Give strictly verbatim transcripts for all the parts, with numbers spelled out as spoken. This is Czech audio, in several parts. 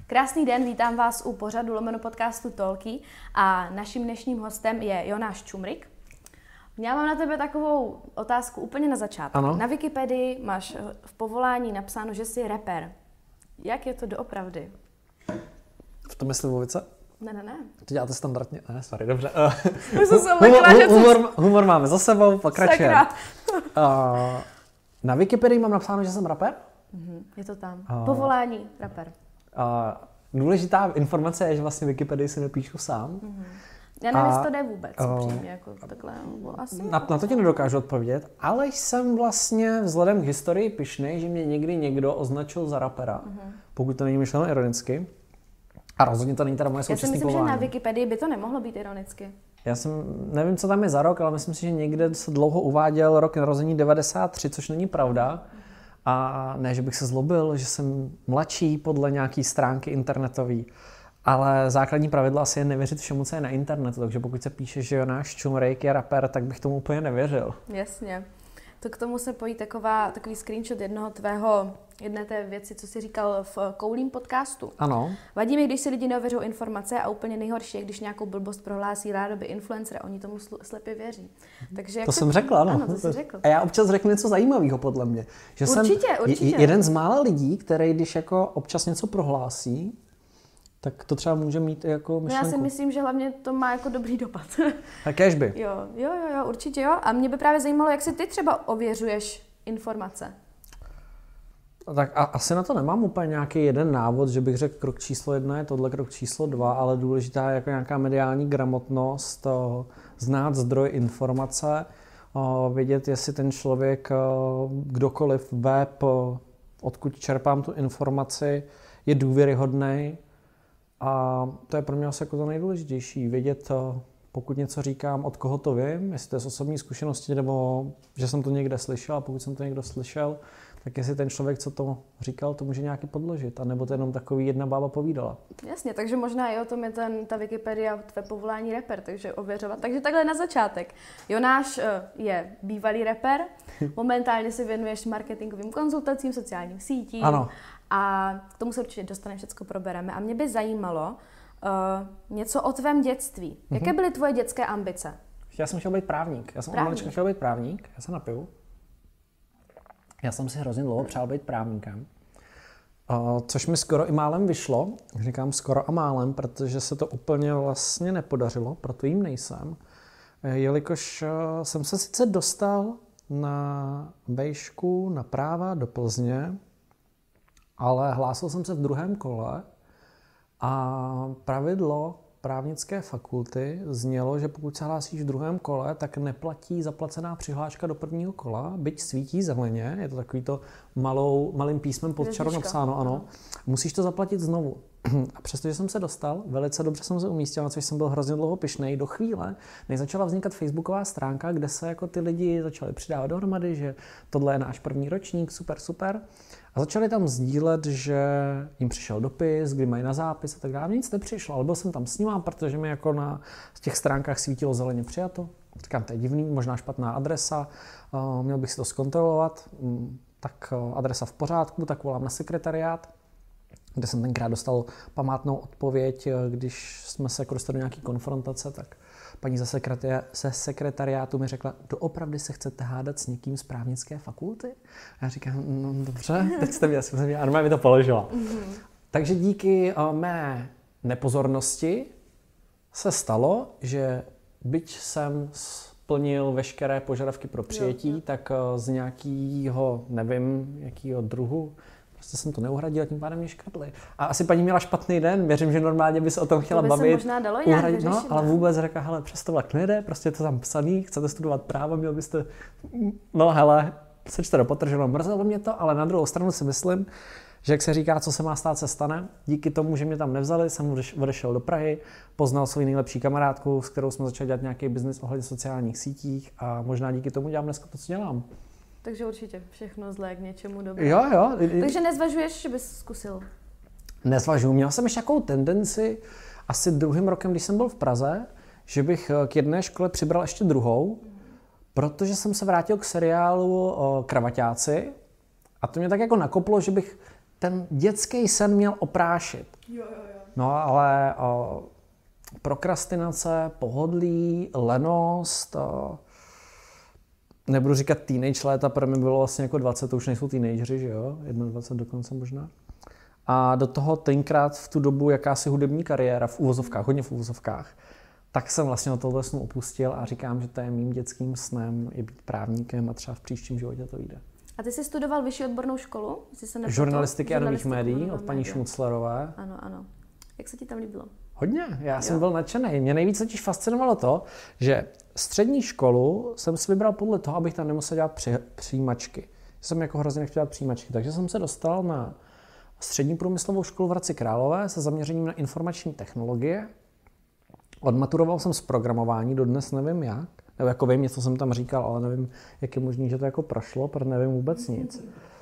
Krásný den, vítám vás u pořadu lomeno podcastu Talky a naším dnešním hostem je Jonáš Čumrik. Já mám na tebe takovou otázku úplně na začátek. Ano. Na Wikipedii máš v povolání napsáno, že jsi rapper. Jak je to doopravdy? V tom je slivovice? Ne, ne, ne. To děláte standardně? Ne, sorry, dobře. Už jsem se humor, lekla, že humor, humor máme za sebou, pokračujeme. Sakra. Uh, na Wikipedii mám napsáno, že jsem rapper. Mhm, je to tam. Uh, Povolání rapper. Uh, důležitá informace je, že vlastně Wikipedii si nepíšu sám. Mhm. Já nevím, jestli A, to jde vůbec, uh, upřímně, jako takhle, nebo asi. Na, na to ti nedokážu odpovědět, ale jsem vlastně vzhledem k historii pyšnej, že mě někdy někdo označil za rapera, uh-huh. pokud to není myšleno ironicky. A rozhodně to není teda moje současné povolání. Já si myslím, povolání. že na Wikipedii by to nemohlo být ironicky. Já jsem, nevím, co tam je za rok, ale myslím si, že někde se dlouho uváděl rok narození devadesát tři, což není pravda. A ne, že bych se zlobil, že jsem mladší podle nějaký stránky internetové. Ale základní pravidlo asi je nevěřit všemu, co je na internetu. Takže pokud se píše, že Jonáš Čumrik je rapper, tak bych tomu úplně nevěřil. Jasně. To k tomu se pojí taková, takový screenshot jednoho tvého, jedné té věci, co jsi říkal v Koulím podcastu. Ano. Vadí mi, když si lidi neověřují informace a úplně nejhorší je, když nějakou blbost prohlásí rádoby influencer, oni tomu slepě věří. Takže jak To se... jsem řekl, ano. Ano, to jsi řekl. A já občas řeknu něco zajímavého, podle mě. Že Určitě, jsem určitě. jeden z mála lidí, který když jako občas něco prohlásí, tak to třeba může mít i jako myšlenku. No já si myslím, že hlavně to má jako dobrý dopad. A kéžby. Jo, jo, jo, jo, určitě jo. A mě by právě zajímalo, jak si ty třeba ověřuješ informace. Tak a, asi na to nemám úplně nějaký jeden návod, že bych řekl, krok číslo jedna je tohle, krok číslo dva, ale důležitá je jako nějaká mediální gramotnost, o, znát zdroj informace, o, vědět, jestli ten člověk, o, kdokoliv, web, o, odkud čerpám tu informaci, je důvěryhodný. A to je pro mě asi jako to nejdůležitější, vědět, pokud něco říkám, od koho to vím, jestli to je z osobní zkušenosti, nebo že jsem to někde slyšel, a pokud jsem to někdo slyšel, tak jestli ten člověk, co to říkal, to může nějaký podložit, a nebo to jenom takový jedna bába povídala. Jasně, takže možná i o tom je ten, ta Wikipedia, tvé povolání rapper, takže ověřovat. Takže takhle na začátek. Jonáš je bývalý rapper, momentálně se věnuješ marketingovým konzultacím, sociálním sítím. Ano. A k tomu se určitě dostaneme, všechno probereme. A mě by zajímalo uh, něco o tvém dětství. Mm-hmm. Jaké byly tvoje dětské ambice? Já jsem chtěl být právník. Já jsem od malička chtěl být právník. Já se napiju. Já jsem si hrozně dlouho přál být právníkem. Uh, což mi skoro i málem vyšlo. Říkám skoro a málem, protože se to úplně vlastně nepodařilo, proto jim nejsem. Jelikož uh, jsem se sice dostal na bejšku, na práva do Plzně, ale hlásil jsem se v druhém kole a pravidlo právnické fakulty znělo, že pokud se hlásíš v druhém kole, tak neplatí zaplacená přihláška do prvního kola, byť svítí zeleně, je to takový to malou, malým písmem pod čarou napsáno, ano, musíš to zaplatit znovu. A přestože jsem se dostal, velice dobře jsem se umístil, na což jsem byl hrozně dlouho pyšnej, do chvíle, než začala vznikat facebooková stránka, kde se jako ty lidi začali přidávat dohromady, že tohle je náš první ročník, super, super. A začali tam sdílet, že jim přišel dopis, kdy mají na zápis a tak dále. Nic nepřišlo, ale byl jsem tam s nima, protože mi jako na těch stránkách svítilo zeleně přijato. Říkám, to je divný, možná špatná adresa, uh, měl bych si to zkontrolovat. Um, tak uh, adresa v pořádku, tak volám na sekretariát, kde jsem tenkrát dostal památnou odpověď, když jsme se jako dostali do nějaký konfrontace, tak paní ze, sekretari- ze sekretariátu mi řekla, doopravdy se chcete hádat s někým z právnické fakulty? A já říkám, no dobře, teď jste mě, jsem mě, a normálně mi to položila. Mm-hmm. Takže díky uh, mé nepozornosti se stalo, že byť jsem splnil veškeré požadavky pro přijetí, jo, jo. tak uh, z nějakého, nevím, jakého druhu, prostě jsem to neuhradil, tím pádem mě škrtli. A asi paní měla špatný den, věřím, že normálně by se o tom chtěla to by bavit. Se možná dalo nějak uhradit, no, vyřešit, ale vůbec řekla, hele, přes to vlak nejde, prostě je to tam psaný, chcete studovat právo, měl byste, no hele, sečte do potrženo, mrzelo mě to, ale na druhou stranu si myslím, že jak se říká, co se má stát, se stane. Díky tomu, že mě tam nevzali, jsem odešel do Prahy, poznal svou nejlepší kamarádku, s kterou jsme začali dělat nějaký biznis ohledně sociálních sítích a možná díky tomu dělám dneska to, co dělám. Takže určitě všechno zlé k něčemu dobré. Jo, jo. Takže nezvažuješ, že bys zkusil? Nezvažuji. Měl jsem ještě takovou tendenci, asi druhým rokem, když jsem byl v Praze, že bych k jedné škole přibral ještě druhou, protože jsem se vrátil k seriálu Kravaťáci a to mě tak jako nakoplo, že bych ten dětský sen měl oprášit. Jo, jo, jo. No ale o, prokrastinace, pohodlí, lenost, o, nebudu říkat teenage léta, pro mě bylo vlastně jako dvacet, to už nejsou teenageři, že jo? dvacet jedna dokonce možná. A do toho tenkrát v tu dobu jakási hudební kariéra v uvozovkách, hodně v uvozovkách, tak jsem vlastně od tohoto snu opustil a říkám, že to je mým dětským snem je být právníkem a třeba v příštím životě to vyjde. A ty jsi studoval vyšší odbornou školu? Jsi se Žurnalistiky a nových médií od paní Šmuclerové. Ano, ano. Jak se ti tam líbilo? Hodně, já jo. jsem byl nadšený. Mě nejvíc totiž fascinovalo to, že střední školu jsem si vybral podle toho, abych tam nemusel dělat při, přijímačky. Jsem jako hrozně nechtěl dělat přijímačky, takže jsem se dostal na střední průmyslovou školu v Hradci Králové se zaměřením na informační technologie. Odmaturoval jsem z programování, dodnes nevím jak. Nebo jako vím, něco jsem tam říkal, ale nevím, jak je možné, že to jako prošlo, protože nevím vůbec nic.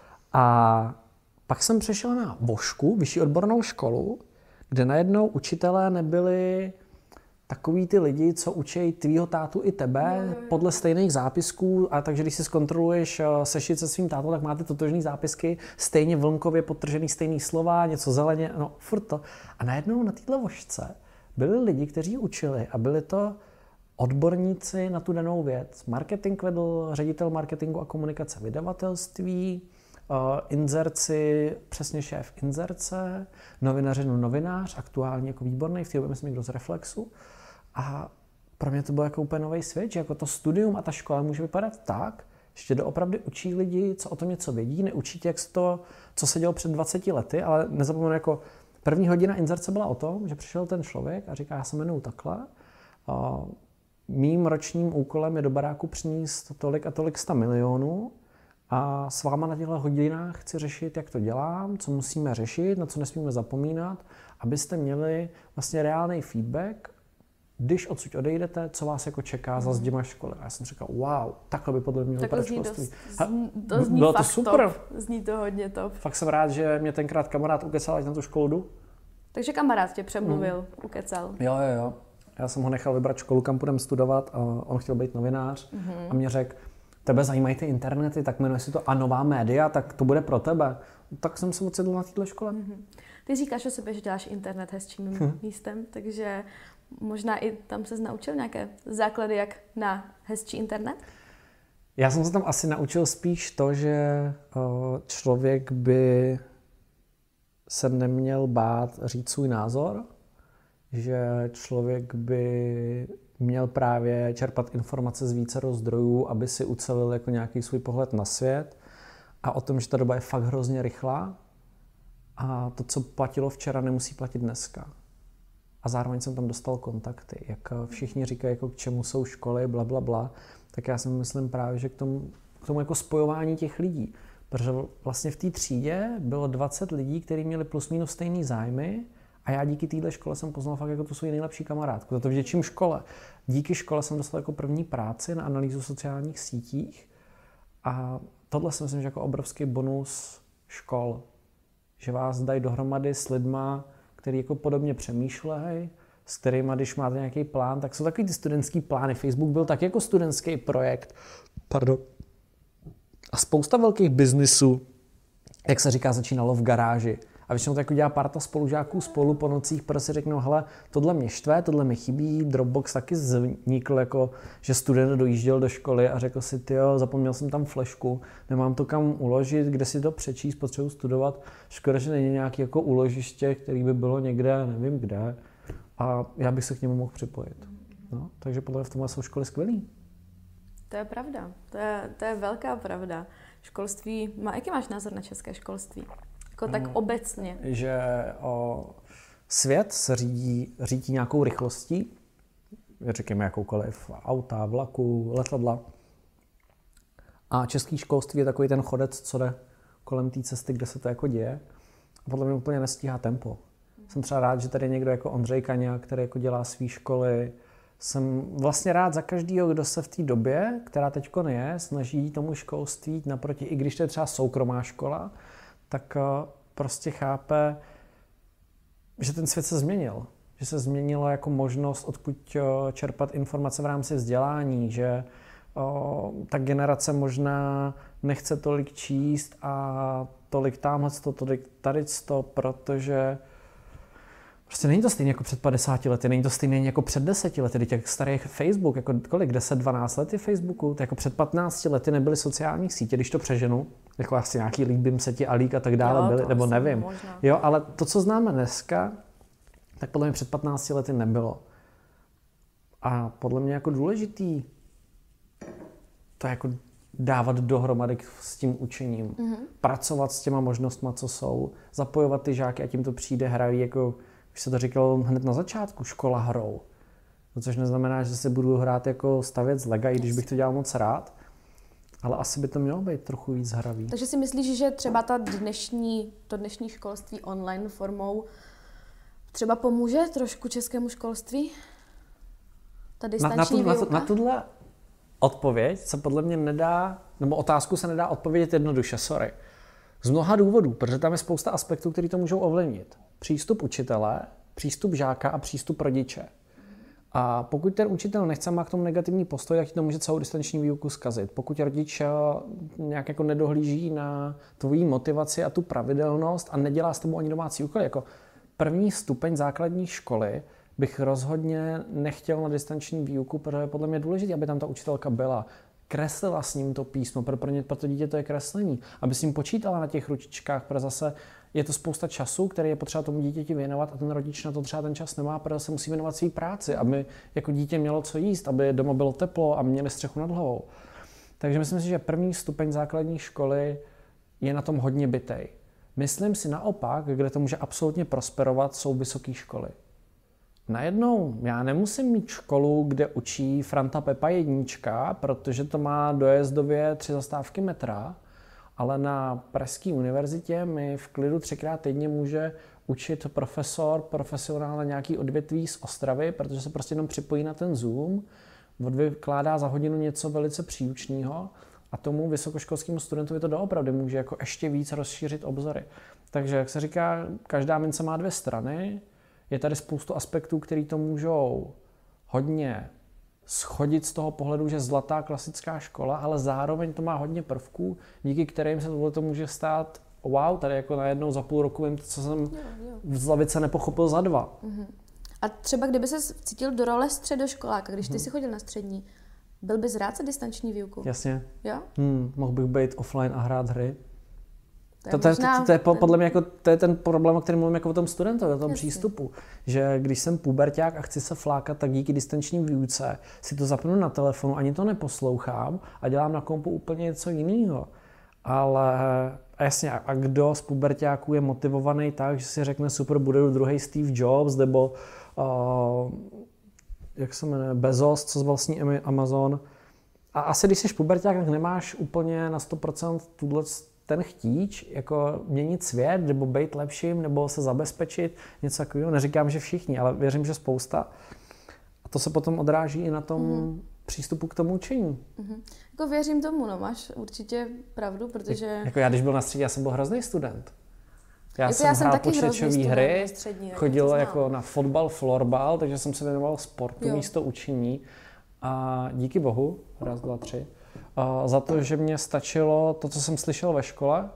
A pak jsem přešel na Vošku, vyšší odbornou školu, kde najednou učitelé nebyli takový ty lidi, co učí tvýho tátu i tebe jo, jo, jo. podle stejných zápisků, a takže když si zkontroluješ sešit se svým tátou, tak máte totožný zápisky, stejně vlnkově podtržený stejný slova, něco zeleně, no furt to. A najednou na této Vošce byli lidi, kteří učili a byli to odborníci na tu danou věc. Marketing vedl ředitel marketingu a komunikace vydavatelství, uh, inzerci, přesně šéf inzerce, novinařinu novinář, aktuálně jako výborný, v té době myslím někdo z Reflexu. A pro mě to byl jako úplně nový svět, že jako to studium a ta škola může vypadat tak, že doopravdy učí lidi, co o tom něco vědí, neučí tě, jak se to, co se dělo před dvaceti lety, ale nezapomenu, jako první hodina inzerce byla o tom, že přišel ten člověk a říká, já se jmenuji takhle, uh, mým ročním úkolem je do baráku přinést tolik a tolik sta milionů a s váma na těchto hodinách chci řešit, jak to dělám, co musíme řešit, na co nesmíme zapomínat, abyste měli vlastně reálný feedback, když odsud odejdete, co vás jako čeká za zděma školy. A já jsem říkal, wow, takhle by podle mě vypadalo školství. To zní bylo fakt to super. Top. Zní to hodně top. Fakt jsem rád, že mě tenkrát kamarád ukecal, ať na tu školu jdu. Takže kamarád tě přemluvil, mm. ukecal. Jo, jo, jo. Já jsem ho nechal vybrat školu, kam půjdem studovat a on chtěl být novinář mm-hmm. a mě řekl, tebe zajímají ty internety, tak jmenuje si to A nová média, tak to bude pro tebe. Tak jsem se ocitl na této škole. Mm-hmm. Ty říkáš o sobě, že děláš internet hezčím hm. místem, takže možná i tam ses naučil nějaké základy, jak na hezčí internet? Já jsem se tam asi naučil spíš to, že člověk by se neměl bát říct svůj názor, že člověk by měl právě čerpat informace z vícero zdrojů, aby si ucelil jako nějaký svůj pohled na svět, a o tom, že ta doba je fakt hrozně rychlá a to, co platilo včera, nemusí platit dneska. A zároveň jsem tam dostal kontakty. Jak všichni říkají, jako k čemu jsou školy, bla, bla, bla, tak já si myslím právě, že k tomu, k tomu jako spojování těch lidí. Protože vlastně v té třídě bylo dvacet lidí, kteří měli plus minus stejný zájmy, a já díky téhle škole jsem poznal fakt jako tu svou nejlepší kamarádku. Za to vděčím škole. Díky škole jsem dostal jako první práci na analýzu sociálních sítích a tohle si myslím, že jako obrovský bonus škol. Že vás dají dohromady s lidma, který jako podobně přemýšlejí, s kterýma, když máte nějaký plán, tak jsou takový ty studentský plány. Facebook byl tak jako studentský projekt. Pardon. A spousta velkých biznisů, jak se říká, začínalo v garáži. A většinou to jako dělá parta spolužáků spolu po nocích, protože si řeknou, hele, tohle mě štve, tohle mi chybí. Dropbox taky vznikl, jako, že student dojížděl do školy a řekl si, tyjo, zapomněl jsem tam flešku, nemám to kam uložit, kde si to přečíst, potřebuji studovat. Škoda, že není nějaké jako úložiště, který by bylo někde, nevím kde. A já bych se k němu mohl připojit. No, takže podle mě v tomhle jsou školy skvělý. To je pravda, to je, to je velká pravda. Školství, má, jaký máš názor na české školství? Jako tak obecně. Že o, svět se řídí, řídí nějakou rychlostí, řekněme jakoukoliv auta, vlaku, letadla. A český školství je takový ten chodec, co jde kolem té cesty, kde se to jako děje. A podle mě úplně nestíhá tempo. Jsem třeba rád, že tady je někdo jako Ondřej Kaňa, který jako dělá svý školy. Jsem vlastně rád za každýho, kdo se v té době, která teďko je, snaží tomu školství jít naproti, i když to je třeba soukromá škola, tak prostě chápe, že ten svět se změnil. Že se změnilo jako možnost, odkud čerpat informace v rámci vzdělání, že o, ta generace možná nechce tolik číst a tolik tamhle to, tolik tady to, protože Prostě není to stejné jako před padesáti lety, není to stejné jako před deseti lety, teď jak starý Facebook, jako kolik, deset dvanáct lety Facebooku, to jako před patnácti lety nebyly sociální sítě, když to přeženu, jako asi nějaký líbím se ti a lík a tak dále jo, byly, nebo nevím. Možná. Jo, ale to, co známe dneska, tak podle mě před patnácti lety nebylo. A podle mě jako důležitý to jako dávat dohromady s tím učením, mm-hmm. pracovat s těma možnostma, co jsou, zapojovat ty žáky a tím to přijde, hrají jako, už se to říkalo hned na začátku, škola hrou. No, což neznamená, že si budu hrát jako stavět z lega, i když bych to dělal moc rád, ale asi by to mělo být trochu víc hravý. Takže si myslíš, že třeba ta dnešní, to dnešní školství online formou třeba pomůže trošku českému školství? Ta distanční na, na, výuka? na, na tuhle odpověď se podle mě nedá, nebo otázku se nedá odpovědět jednoduše, sorry. Z mnoha důvodů, protože tam je spousta aspektů, které to můžou ovlivnit. Přístup učitele, přístup žáka a přístup rodiče. A pokud ten učitel nechce, má k tomu negativní postoj, tak to může celou distanční výuku zkazit. Pokud rodič nějak jako nedohlíží na tvoji motivaci a tu pravidelnost a nedělá s tomu ani domácí úkoly, jako první stupeň základní školy bych rozhodně nechtěl na distanční výuku, protože je podle mě důležité, aby tam ta učitelka byla. Kreslila s ním to písmo, pro, pro, ně, pro to dítě to je kreslení, aby s ním počítala na těch ručičkách, protože zase je to spousta času, který je potřeba tomu dítěti věnovat a ten rodič na to třeba ten čas nemá, protože se musí věnovat své práci, aby jako dítě mělo co jíst, aby doma bylo teplo a měli střechu nad hlavou. Takže myslím si, že první stupeň základní školy je na tom hodně bitej. Myslím si naopak, kde to může absolutně prosperovat, jsou vysoké školy. Najednou já nemusím mít školu, kde učí Franta Pepa jednička, protože to má dojezdově tři zastávky metra, ale na Pražské univerzitě mi v klidu třikrát týdně může učit profesor, profesionál na nějaký odvětví z Ostravy, protože se prostě jenom připojí na ten Zoom, odvykládá za hodinu něco velice příučného a tomu vysokoškolskému studentovi to doopravdy může jako ještě víc rozšířit obzory. Takže, jak se říká, každá mince má dvě strany. Je tady spoustu aspektů, které to můžou hodně schodit z toho pohledu, že zlatá klasická škola, ale zároveň to má hodně prvků, díky kterým se tohle to může stát wow, tady jako najednou za půl roku vím, co jsem z lavice nepochopil za dva. Uh-huh. A třeba kdyby se cítil do role středoškoláka, když ty uh-huh. si chodil na střední, byl bys rád za distanční výuku? Jasně. Jo? Hmm, mohl bych být offline a hrát hry. To je, to, možná, to, to, to je po, podle mě jako, to je ten problém, o kterém mluvím jako o tom studentovi, o tom jasně. přístupu. Že když jsem puberťák a chci se flákat, tak díky distanční výuce si to zapnu na telefonu, ani to neposlouchám a dělám na kompu úplně něco jiného. Ale a jasně, a kdo z puberťáků je motivovaný tak, že si řekne super, bude druhý Steve Jobs, nebo uh, jak se jmenuje, Bezos, co vlastní Amazon. A asi když jsi puberťák, tak nemáš úplně na sto procent tuhle ten chtíč, jako měnit svět, nebo být lepším, nebo se zabezpečit, něco takového. Neříkám, že všichni, ale věřím, že spousta. A to se potom odráží i na tom mm. přístupu k tomu učení. Mm-hmm. Jako věřím tomu, no, máš určitě pravdu, protože... Jak, jako já, když byl na střední, já jsem byl hrozný student. Já jako jsem já jsem hrál taky počítačové hry, střední, chodil jako na fotbal, florbal, takže jsem se věnoval sportu jo. místo učení. A díky bohu, raz, dva, tři, a za to, že mě stačilo to, co jsem slyšel ve škole,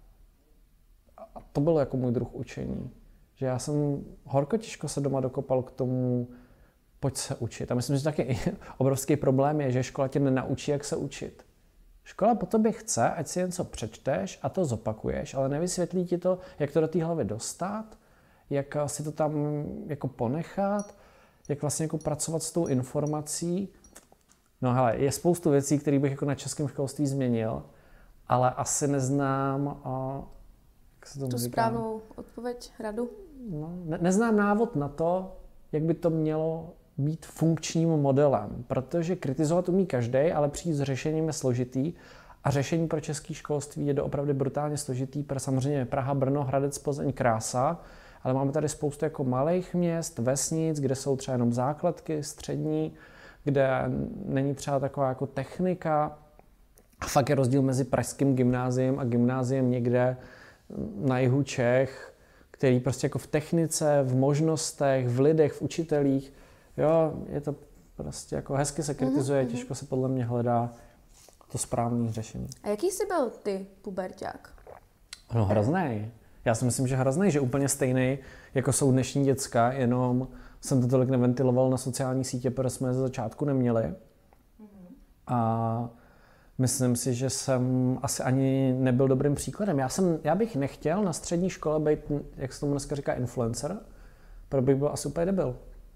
a to bylo jako můj druh učení. Že já jsem horko těžko se doma dokopal k tomu, pojď se učit. A myslím, že taky obrovský problém je, že škola tě nenaučí, jak se učit. Škola po tobě chce, ať si něco přečteš a to zopakuješ, ale nevysvětlí ti to, jak to do té hlavy dostat, jak si to tam jako ponechat, jak vlastně jako pracovat s tou informací. No hele, je spoustu věcí, které bych jako na českém školství změnil, ale asi neznám, a, jak se tomu tu říká? správnou odpověď, radu? No, ne, neznám návod na to, jak by to mělo být funkčním modelem, protože kritizovat umí každý, ale přijít s řešením je složitý a řešení pro české školství je doopravdy brutálně složitý, protože samozřejmě Praha, Brno, Hradec, Plzeň, krása, ale máme tady spoustu jako malých měst, vesnic, kde jsou třeba jenom základky, střední, kde není třeba taková jako technika. A fakt je rozdíl mezi pražským gymnáziem a gymnáziem někde na jihu Čech, který prostě jako v technice, v možnostech, v lidech, v učitelích, jo, je to prostě jako hezky se kritizuje, mm-hmm. těžko se podle mě hledá to správné řešení. A jaký jsi byl ty, puberťák? No hroznej. Já si myslím, že hrozný, že úplně stejný, jako jsou dnešní děcka, jenom jsem to tolik neventiloval na sociální sítě, protože jsme je ze začátku neměli. Mm-hmm. A myslím si, že jsem asi ani nebyl dobrým příkladem. Já, jsem, já bych nechtěl na střední škole být, jak se tomu dneska říká, influencer, protože bych byl asi úplně debil.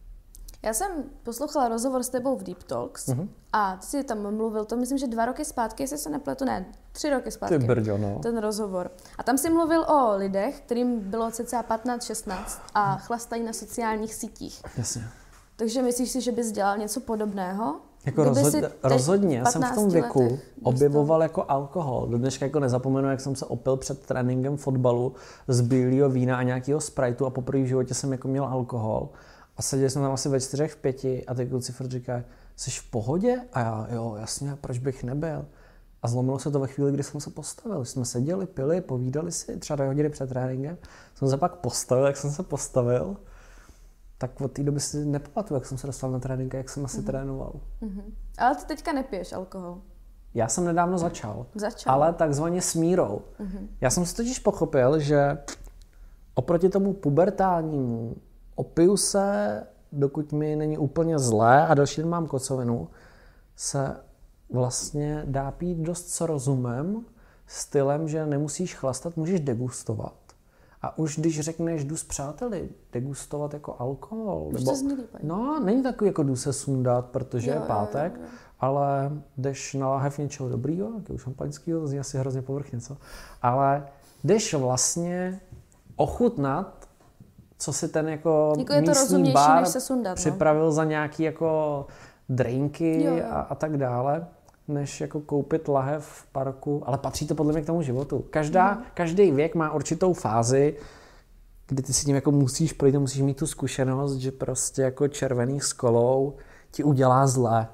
Já jsem poslouchala rozhovor s tebou v Deep Talks uh-huh. a ty jsi tam mluvil, to myslím, že dva roky zpátky, jestli se nepletu, ne, tři roky zpátky. Ty brďo, no. Ten rozhovor. A tam jsi mluvil o lidech, kterým bylo cca patnáct šestnáct a chlastají na sociálních sítích. Jasně. Takže myslíš si, že bys dělal něco podobného? Jako rozhod, rozhodně, já jsem v tom věku objevoval jako alkohol. Do dneška jako nezapomenu, jak jsem se opil před tréninkem fotbalu z bílého vína a nějakého Spriteu a poprvé v životě jsem jako měl alkohol. A seděli jsme tam asi ve čtyřech, v pěti a ty kluci furt říkají, jsi v pohodě? A já, jo, jasně, proč bych nebyl? A zlomilo se to ve chvíli, kdy jsem se postavil. Jsme seděli, pili, povídali si, třeba dvě hodiny před tréninkem. Jsem se pak postavil, jak jsem se postavil, tak od té doby si nepamatuju, jak jsem se dostal na trénink, jak jsem asi mm-hmm. trénoval. Mm-hmm. Ale ty teďka nepiješ alkohol. Já jsem nedávno začal, začal. ale takzvaně s mírou. Mm-hmm. Já jsem si totiž pochopil, že oproti tomu pubertálnímu opiju se, dokud mi není úplně zlé a další den mám kocovinu, se vlastně dá pít dost s rozumem, stylem, že nemusíš chlastat, můžeš degustovat. A už když řekneš, jdu s přáteli degustovat jako alkohol, už nebo, no, není takový jako jdu se sundat, protože jo, je pátek, jo, jo, jo. Ale jdeš na láhev něčeho dobrýho, nějakého šampaňského, to zní asi hrozně povrchně, co? Ale jdeš vlastně ochutnat, co si ten jako, jako místní bar než se sundat, připravil no? za nějaký jako drinky jo, jo. A, a tak dále, než jako koupit lahev v parku, ale patří to podle mě k tomu životu. Každá, mm. Každý věk má určitou fázi, kdy ty si tím jako musíš projít, musíš mít tu zkušenost, že prostě jako červený s kolou ti udělá zle.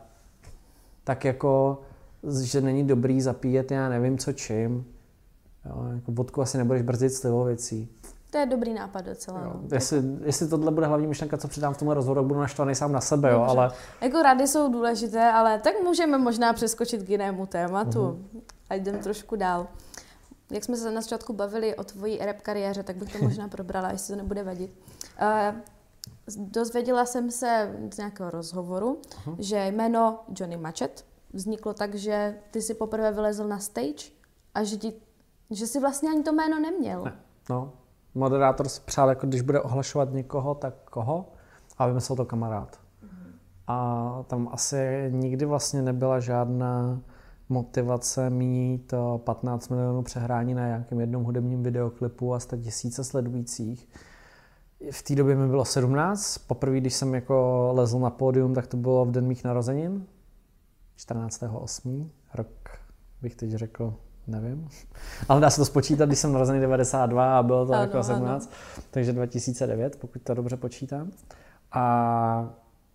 Tak jako, že není dobrý zapíjet, já nevím co čím. Jo, jako vodku asi nebudeš brzdit slivovicí. To je dobrý nápad docela. Jo, jestli, jestli tohle bude hlavní myšlenka, co přidám v tomhle rozhovoru, budu naštvaný sám na sebe, jo, ale... Jako rady jsou důležité, ale tak můžeme možná přeskočit k jinému tématu mm-hmm. a jdeme trošku dál. Jak jsme se na začátku bavili o tvojí rap kariéře, tak bych to možná probrala, jestli to nebude vadit. Uh, dozvěděla jsem se z nějakého rozhovoru, uh-huh. že jméno Johnny Machete vzniklo tak, že ty si poprvé vylezl na stage a že, ti, že jsi vlastně ani to jméno neměl. Ne, no. Moderátor si přál, jako když bude ohlašovat někoho, tak koho? A vymyslel to kamarád. Mm. A tam asi nikdy vlastně nebyla žádná motivace mít patnáct milionů přehrání na nějakém jednom hudebním videoklipu a sta tisíce sledujících. V té době mi bylo sedmnáct. Poprvé, když jsem jako lezl na pódium, tak to bylo v den mých narozenin. čtrnáctého osmého Rok bych teď řekl, nevím. Ale dá se to spočítat, když jsem narozený devadesát dva a bylo to ano, jako sedmnáct. Ano. Takže dva tisíce devět, pokud to dobře počítám. A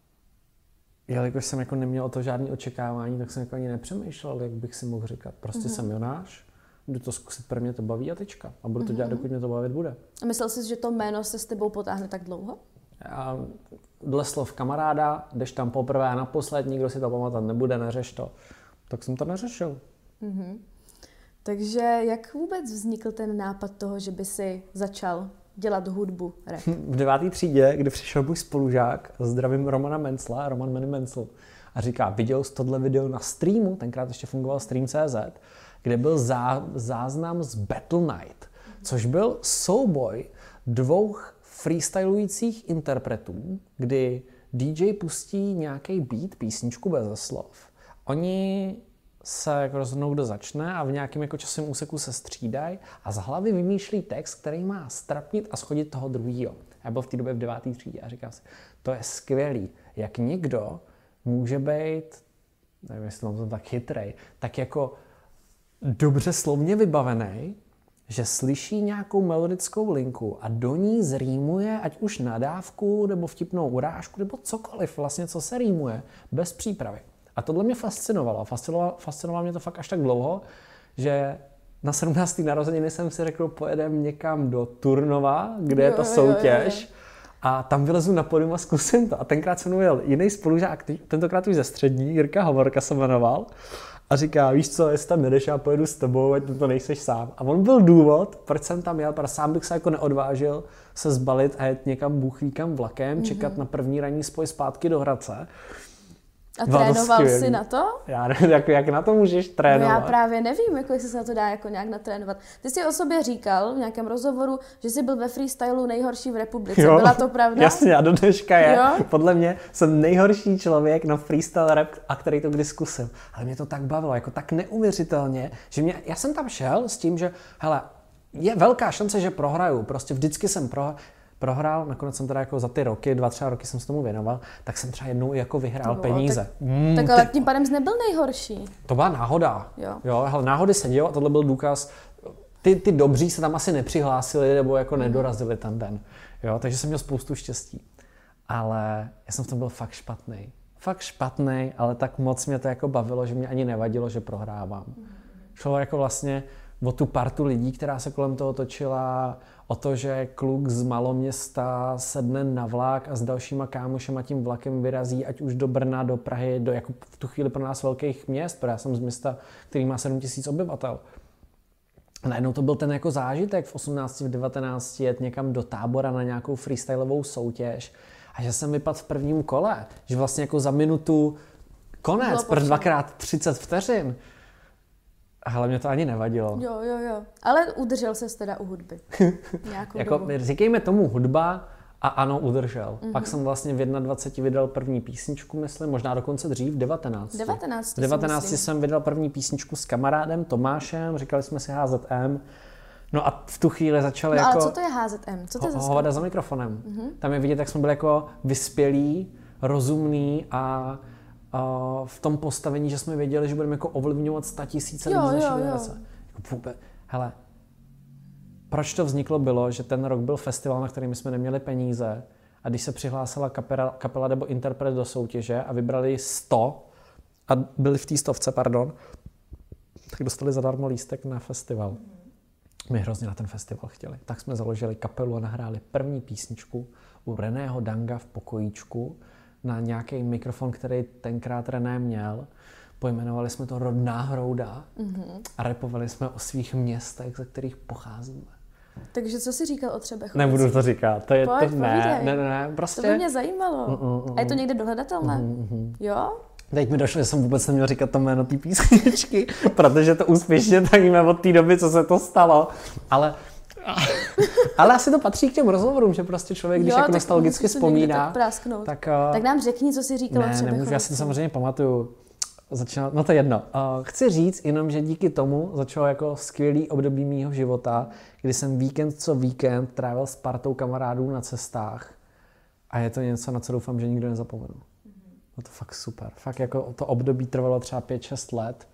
jelikož jsem jako neměl o to žádné očekávání, tak jsem jako ani nepřemýšlel, jak bych si mohl říkat. Prostě mm-hmm. jsem Jonáš, jdu to zkusit, pro mě to baví a tečka. A budu to dělat, dokud mě to bavit bude. A myslel jsi, že to jméno se s tebou potáhne tak dlouho? A dle slov kamaráda, jdeš tam poprvé a naposled, nikdo si to pamatovat nebude, neřeš to. Tak jsem to neřešil. Mm-hmm. Takže jak vůbec vznikl ten nápad toho, že by si začal dělat hudbu, rap? V deváté třídě, kdy přišel můj spolužák, zdravím Romana Mencla, Roman Manny Mencl, a říká, viděl jsi tohle video na streamu, tenkrát ještě fungoval stream tečka cé zet, kde byl zá, záznam z Battle Night, což byl souboj dvou freestylujících interpretů, kdy dý džej pustí nějaký beat, písničku bez slov. Oni se jako rozhodnou, kdo začne a v nějakém jako časovém úseku se střídají a z hlavy vymýšlí text, který má strapnit a schodit toho druhýho. Já byl v té době v deváté třídě a říkám si, to je skvělý, jak někdo může být, nevím, jestli mám to tak chytrej, tak jako dobře slovně vybavený, že slyší nějakou melodickou linku a do ní zrýmuje ať už nadávku nebo vtipnou urážku nebo cokoliv vlastně, co se rýmuje, bez přípravy. A tohle mě fascinovalo. Fascinovalo, fascinovalo mě to fakt až tak dlouho, že na sedmnácté narozeniny jsem si řekl, pojedem někam do Turnova, kde je ta soutěž, jo, jo, jo. A tam vylezu na pódium a zkusím to. A tenkrát se mluvil jiný spolužák, tentokrát už ze střední, Jirka Hovorka se jmenoval. A říká, víš co, jestli tam jedeš, já pojedu s tebou, ať to nejseš sám. A on byl důvod, proč jsem tam jel, protože sám bych se jako neodvážil se zbalit a jet někam bůh ví kam vlakem, mm-hmm. čekat na první ranní spoj zpátky do Hradce. A trénoval jsi na to? Já nevím, jak, jak na to můžeš trénovat. No já právě nevím, jako jestli se na to dá jako nějak natrénovat. Ty jsi o sobě říkal v nějakém rozhovoru, že jsi byl ve freestylu nejhorší v republice. Jo, byla to pravda? Jasně, a do dneška je. Jo? Podle mě jsem nejhorší člověk na freestyle rap, a který to kdy zkusil. Ale mě to tak bavilo, jako tak neuvěřitelně, že mě, já jsem tam šel s tím, že hele, je velká šance, že prohraju. Prostě vždycky jsem pro, prohrál, nakonec jsem teda jako za ty roky, dva, třeba roky jsem se tomu věnoval, tak jsem třeba jednou jako vyhrál no, peníze. Tak, mm, tak ale tím pádem jsi nebyl nejhorší. To byla náhoda. Jo. Jo, hele, náhody se dělo a tohle byl důkaz. Ty, ty dobří se tam asi nepřihlásili nebo jako mm. nedorazili ten den. Jo, takže jsem měl spoustu štěstí. Ale já jsem v tom byl fakt špatný. Fakt špatný, ale tak moc mě to jako bavilo, že mě ani nevadilo, že prohrávám. Mm. Šlo jako vlastně o tu partu lidí, která se kolem toho točila, o to, že kluk z maloměsta sedne na vlak a s dalšíma kámošema tím vlakem vyrazí, ať už do Brna, do Prahy, do jako v tu chvíli pro nás velkých měst, protože já jsem z města, který má sedm tisíc obyvatel. A najednou to byl ten jako zážitek v osmnácti, v devatenácti jet někam do Tábora na nějakou freestylovou soutěž a že jsem vypadl v prvním kole, že vlastně jako za minutu konec, pro dvakrát třicet vteřin. Ale mě to ani nevadilo. Jo, jo, jo. Ale udržel ses teda u hudby. Jako, říkejme tomu hudba a ano, udržel. Mm-hmm. Pak jsem vlastně v dvaceti jedné vydal první písničku, myslím, možná dokonce dřív, v devatenácti. devatenácti. V devatenácti jsem vydal první písničku s kamarádem Tomášem, říkali jsme si H Z M. No a v tu chvíli začali no, jako... ale co to je H Z M? Co to je ho, hovada za mikrofonem. Mm-hmm. Tam je vidět, jak jsme byli jako vyspělí, rozumní a v tom postavení, že jsme věděli, že budeme jako ovlivňovat statisíce lidí z naší generace. Jako, hele, proč to vzniklo bylo, že ten rok byl festival, na kterým jsme neměli peníze a když se přihlásila kapela, kapela nebo interpret do soutěže a vybrali sto a byli v té stovce, pardon, tak dostali zadarmo lístek na festival. My hrozně na ten festival chtěli. Tak jsme založili kapelu a nahráli první písničku u Reného Danga v pokojíčku na nějaký mikrofon, který tenkrát René měl. Pojmenovali jsme to Rodná hrouda mm-hmm. a rapovali jsme o svých městech, ze kterých pocházíme. Takže co jsi říkal o Třebechovicích? Nebudu to říkat. To je Pojď, to, ne, ne, ne, ne, prostě. To by mě zajímalo. Mm, mm, mm. A je to někde dohledatelné? Mm, mm. Jo? Teď mi došlo, že jsem vůbec neměl říkat to jméno té písničky, protože to úspěšně tajíme od té doby, co se to stalo. Ale ale asi to patří k těm rozhovorům, že prostě člověk, když jo, jako nostalgicky vzpomíná, tak, tak, uh, tak nám řekni, co jsi říkal o Třebechovicích. Ne, nemůžu, já si to samozřejmě pamatuju. Začínal, no to je jedno. Uh, chci říct jenom, že díky tomu začalo jako skvělý období mýho života, kdy jsem víkend co víkend trávil s partou kamarádů na cestách a je to něco, na co doufám, že nikdo nezapomenu. Mm-hmm. No to fakt super. Fakt jako to období trvalo třeba pět šest let.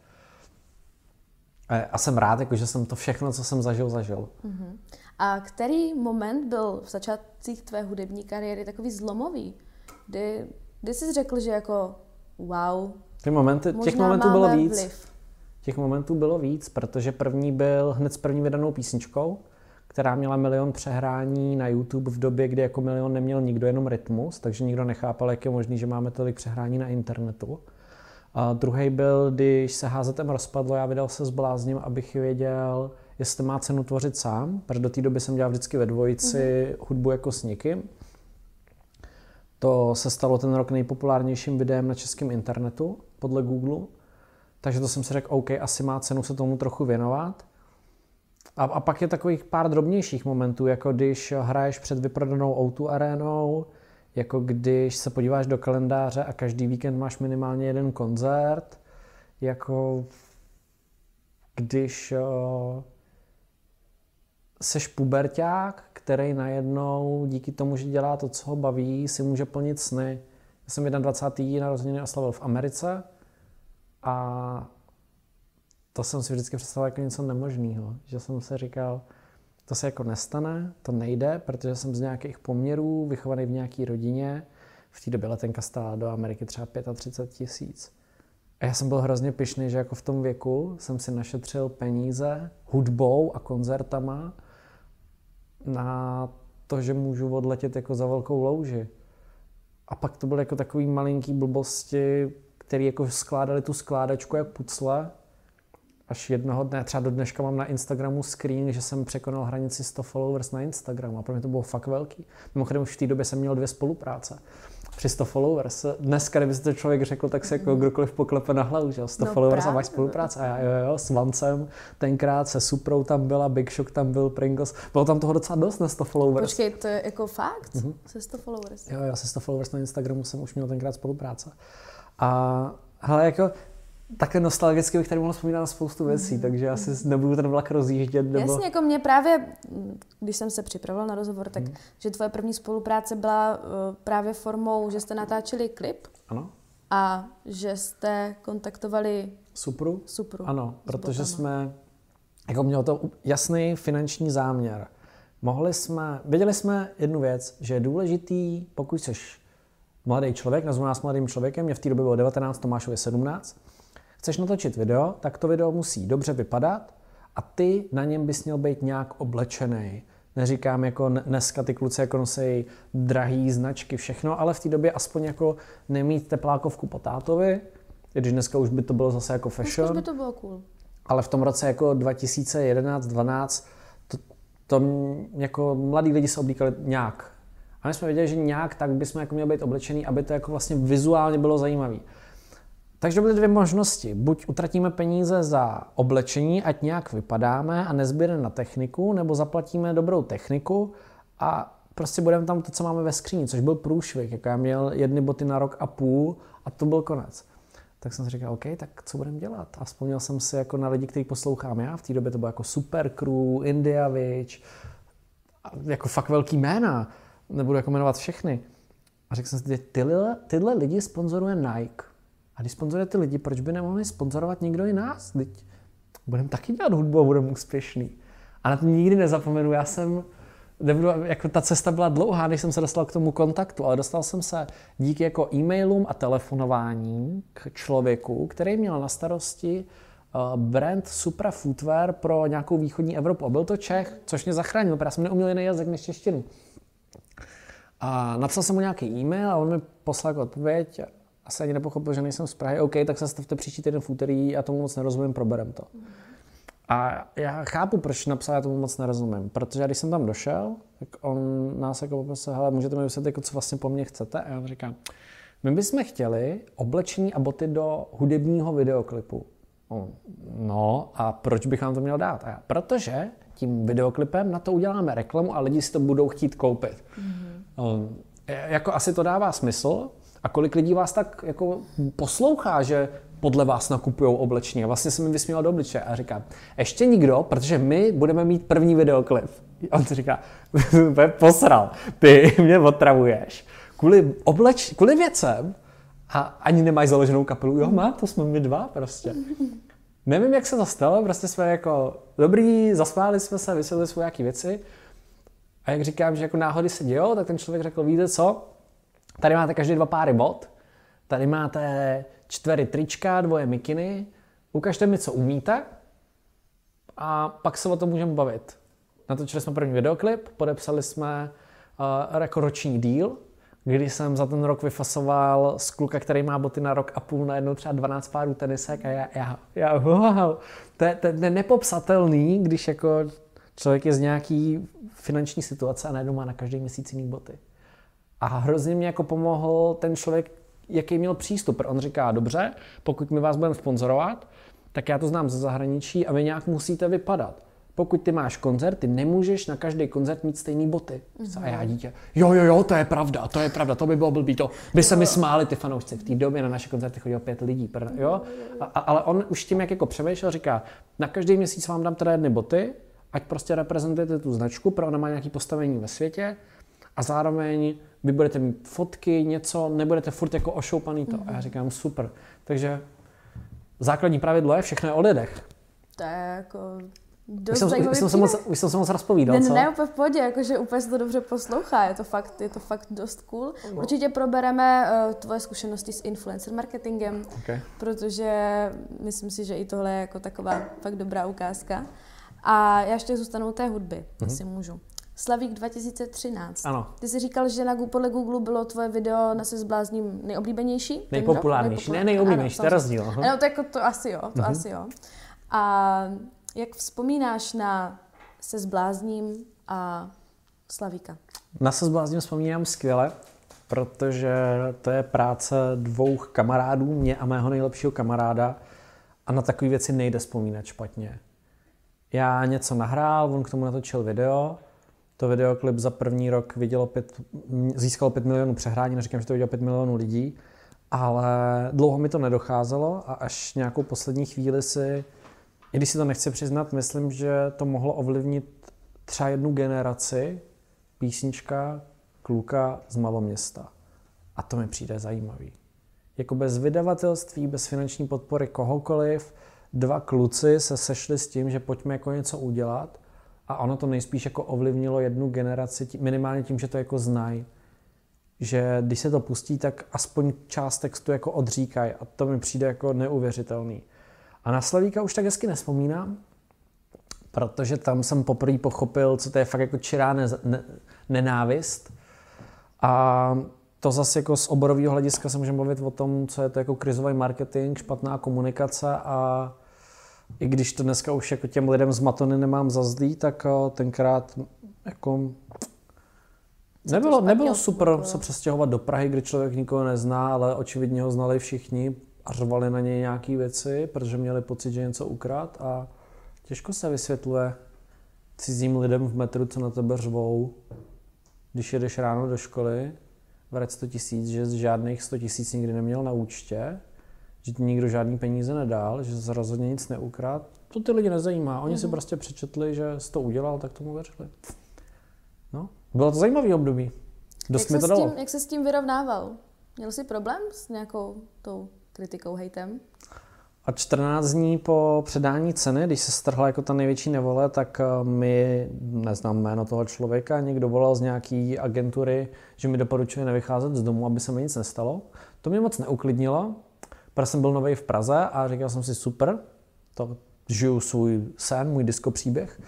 A jsem rád, jako, že jsem to všechno, co jsem zažil, zažil. Uh-huh. A který moment byl v začátcích tvé hudební kariéry takový zlomový? Kdy, kdy jsi řekl, že jako wow, Ty momenty, těch momentů bylo víc. Vliv. Těch momentů bylo víc, protože první byl hned s první vydanou písničkou, která měla milion přehrání na YouTube v době, kdy jako milion neměl nikdo, jenom Rytmus, takže nikdo nechápal, jak je možný, že máme tolik přehrání na internetu. A druhý byl, když se H Z M rozpadlo, já vydal se s Blázním, abych věděl, jestli má cenu tvořit sám, protože do té doby jsem dělal vždycky ve dvojici mm-hmm. hudbu jako s někým. To se stalo ten rok nejpopulárnějším videem na českém internetu, podle Google. Takže to jsem si řekl, OK, asi má cenu se tomu trochu věnovat. A, a pak je takových pár drobnějších momentů, jako když hraješ před vyprodanou ó dva arénou, jako když se podíváš do kalendáře a každý víkend máš minimálně jeden koncert, jako když uh, seš puberťák, který najednou díky tomu, že dělá to, co ho baví, si může plnit sny. Já jsem dvacátého prvního narozeniny oslavil v Americe a to jsem si vždycky představil jako něco nemožného, že jsem si říkal, to se jako nestane, to nejde, protože jsem z nějakých poměrů, vychovaný v nějaké rodině. V té době letenka stála do Ameriky třeba třicet pět tisíc. A já jsem byl hrozně pyšný, že jako v tom věku jsem si našetřil peníze hudbou a koncertama na to, že můžu odletět jako za velkou louži. A pak to byly jako takový malinký blbosti, který jako skládali tu skládačku jak pucle. Až jednoho dne, třeba do dneška mám na Instagramu screen, že jsem překonal hranici sto followers na Instagramu a pro mě to bylo fakt velký. Mimochodem už v té době jsem měl dvě spolupráce. Při sto followers. Dneska, kdyby si to člověk řekl, tak se jako kdokoliv poklepe na hlavu, že sto no followers právě. A máš spolupráce. A já jo, jo, s Vancem tenkrát, se Suprou tam byla, Big Shock tam byl, Pringles. Bylo tam toho docela dost na sto followers. Počkej, to je jako fakt? Mm-hmm. Se sto followers? Jo, jo, se sto followers na Instagramu jsem už měl tenkrát spolupráce. A hele, jako takhle nostalgicky bych tady mohl vzpomínat na spoustu věcí, mm. takže asi nebudu ten vlak rozjíždět. Nebo... Jasně, jako mě právě, když jsem se připravoval na rozhovor, tak mm. že tvoje první spolupráce byla uh, právě formou, že jste natáčeli klip. Ano. A že jste kontaktovali Supru. Supru. Ano, protože jsme, jako mělo to jasný finanční záměr. Mohli jsme, věděli jsme jednu věc, že je důležitý, pokud jsi mladý člověk, nazvu nás mladým člověkem, mě v té době bylo devatenáct, Tomášovi sedmnáct, chceš natočit video, tak to video musí dobře vypadat a ty na něm bys měl být nějak oblečený. Neříkám jako dneska ty kluci jako nosí drahý značky, všechno, ale v té době aspoň jako nemít teplákovku po tátovi, když dneska už by to bylo zase jako fashion. Už by to bylo cool. Ale v tom roce jako dva tisíce jedenáct dvanáct to, to jako mladí lidi se oblíkali nějak. A my jsme věděli, že nějak tak bychom jako měli být oblečený, aby to jako vlastně vizuálně bylo zajímavý. Takže byly dvě možnosti. Buď utratíme peníze za oblečení, ať nějak vypadáme a nezběreme na techniku, nebo zaplatíme dobrou techniku a prostě budeme tam to, co máme ve skříni, což byl průšvih. Jako já měl jedny boty na rok a půl a to byl konec. Tak jsem si říkal, OK, tak co budeme dělat? A vzpomněl jsem si jako na lidi, který poslouchám já. V té době to bylo jako Super Crew, India Witch, jako fakt velký jména. Nebudu jako jmenovat všechny. A řekl jsem si, tyhle, tyhle lidi sponzoruje Nike. A když sponzoruje ty lidi, proč by nemohli sponzorovat někdo i nás? Teď budeme taky dělat hudbu a budeme úspěšný. A na to nikdy nezapomenu. Já jsem, nebudu, jako ta cesta byla dlouhá, než jsem se dostal k tomu kontaktu, ale dostal jsem se díky jako e-mailům a telefonování k člověku, který měl na starosti brand Supra Footwear pro nějakou východní Evropu. A byl to Čech, což mě zachránil, protože já jsem neuměl jiný jazyk než češtinu. A napsal jsem mu nějaký e-mail a on mi poslal jako odpověď. Asi ani nepochopil, že nejsem z Prahy. OK, tak se stavte příští týden v úterý, já tomu moc nerozumím, proberem to. A já chápu, proč napsal, já tomu moc nerozumím. Protože když jsem tam došel, tak on nás jako poprosil, hele, můžete mi vysvětlit, jako, co vlastně po mně chcete? A já říkám, my bychom chtěli oblečení a boty do hudebního videoklipu. On, no a proč bych vám to měl dát? A já, protože tím videoklipem na to uděláme reklamu a lidi si to budou chtít koupit. Mm-hmm. On, jako asi to dává smysl. A kolik lidí vás tak jako poslouchá, že podle vás nakupujou oblečení? A vlastně se mi vysmíval do obličeje a říká, ještě nikdo, protože my budeme mít první videoklip. A on si říká, posral, ty mě otravuješ. Kvůli, obleč, kvůli věcem a ani nemáš založenou kapelu. Jo, má, to jsme my dva prostě. Nevím, jak se to stalo, prostě jsme jako dobrý, zasmáli jsme se, vysvětlili jsme nějaké věci. A jak říkám, že jako náhody se dějou, tak ten člověk řekl, víte co? Tady máte každý dva páry bot, tady máte čtyři trička, dvoje mikiny, ukažte mi, co umíte a pak se o tom můžeme bavit. Natočili jsme první videoklip, podepsali jsme uh, jako roční díl, kdy jsem za ten rok vyfasoval z kluka, který má boty na rok a půl, najednou třeba dvanáct párů tenisek a já, já, já wow, to je, to je nepopsatelný, když jako člověk je z nějaký finanční situace a najednou má na každý měsíc jiný boty. A hrozně mě jako pomohl ten člověk, jaký měl přístup. On říká, dobře, pokud my vás budeme sponzorovat, tak já to znám ze zahraničí a vy nějak musíte vypadat. Pokud ty máš koncert, ty nemůžeš na každý koncert mít stejný boty. Mm-hmm. A já dítě, jo, jo, jo, to je pravda, to je pravda, to by bylo blbý, to by se mi smáli ty fanoušci. V té době na naše koncerty chodilo pět lidí, jo? A, ale on už tím, jak jako přemýšlel, říká, na každý měsíc vám dám teda jedny boty, ať prostě reprezentujete tu značku, pro ona má nějaké postavení ve světě a zároveň vy budete mít fotky, něco, nebudete furt jako ošoupaný to. Mm-hmm. A já říkám, super. Takže základní pravidlo je, všechno je o lidech. To je jako dost už jsem, zajímavý už jsem, se moc, už jsem se moc rozpovídal, ne, co? Ne, úplně v pohodě, jakože úplně se to dobře poslouchá, je to fakt, je to fakt dost cool. No. Určitě probereme uh, tvoje zkušenosti s influencer marketingem, okay. Protože myslím si, že i tohle je jako taková fakt dobrá ukázka. A já ještě zůstanu u té hudby, mm-hmm. jestli můžu. Slavík dva tisíce třináct. Ano. Ty jsi říkal, že na, podle Google bylo tvoje video na Se zblázním nejoblíbenější? Nejpopulárnější, ne nejoblíbenější, to je rozdíl. Ano, to, jako, to asi jo, to mm-hmm. asi jo. A jak vzpomínáš na Se zblázním a Slavíka? Na Se zblázním vzpomínám skvěle, protože to je práce dvou kamarádů, mě a mého nejlepšího kamaráda, a na takové věci nejde vzpomínat špatně. Já něco nahrál, on k tomu natočil video, to videoklip za první rok vidělo pět, získalo pět milionů přehrání, neříkám, že to vidělo pět milionů lidí, ale dlouho mi to nedocházelo a až nějakou poslední chvíli si, i když si to nechci přiznat, myslím, že to mohlo ovlivnit třeba jednu generaci, písnička Kluka z Maloměsta. A to mi přijde zajímavý. Jako bez vydavatelství, bez finanční podpory kohokoliv, dva kluci se sešli s tím, že pojďme jako něco udělat, a ono to nejspíš jako ovlivnilo jednu generaci, minimálně tím, že to jako znají. Že když se to pustí, tak aspoň část textu jako odříkají, a to mi přijde jako neuvěřitelný. A na Slavíka už tak hezky nespomínám, protože tam jsem poprvé pochopil, co to je fakt jako čirá ne- ne- nenávist. A to zase jako z oborového hlediska se můžeme mluvit o tom, co je to jako krizový marketing, špatná komunikace, a i když to dneska už jako těm lidem z Matony nemám za zlý, tak tenkrát jako nebylo, nebylo super se přestěhovat do Prahy, kde člověk nikoho nezná, ale očividně ho znali všichni a řvali na něj nějaký věci, protože měli pocit, že něco ukrát, a těžko se vysvětluje cizím lidem v metru, co na tebe řvou, když jedeš ráno do školy, vrať sto tisíc, že z žádných sto tisíc nikdy neměl na účtě, že ti nikdo žádný peníze nedal, že se rozhodně nic neukrát. To ty lidi nezajímá. Oni mm-hmm. si prostě přečetli, že jsi to udělal, tak tomu věřili. No, bylo to zajímavý období. Dost mi to dalo. Tím, jak se s tím vyrovnával? Měl jsi problém s nějakou tou kritikou, hejtem? A čtrnáct dní po předání ceny, když se strhla jako ta největší nevole, tak mi, neznám jméno toho člověka, někdo volal z nějaký agentury, že mi doporučuje nevycházet z domu, aby se mi nic nestalo. To mě moc neuklidnilo, protože jsem byl novej v Praze a říkal jsem si super, to žiju svůj sen, můj disco příběh.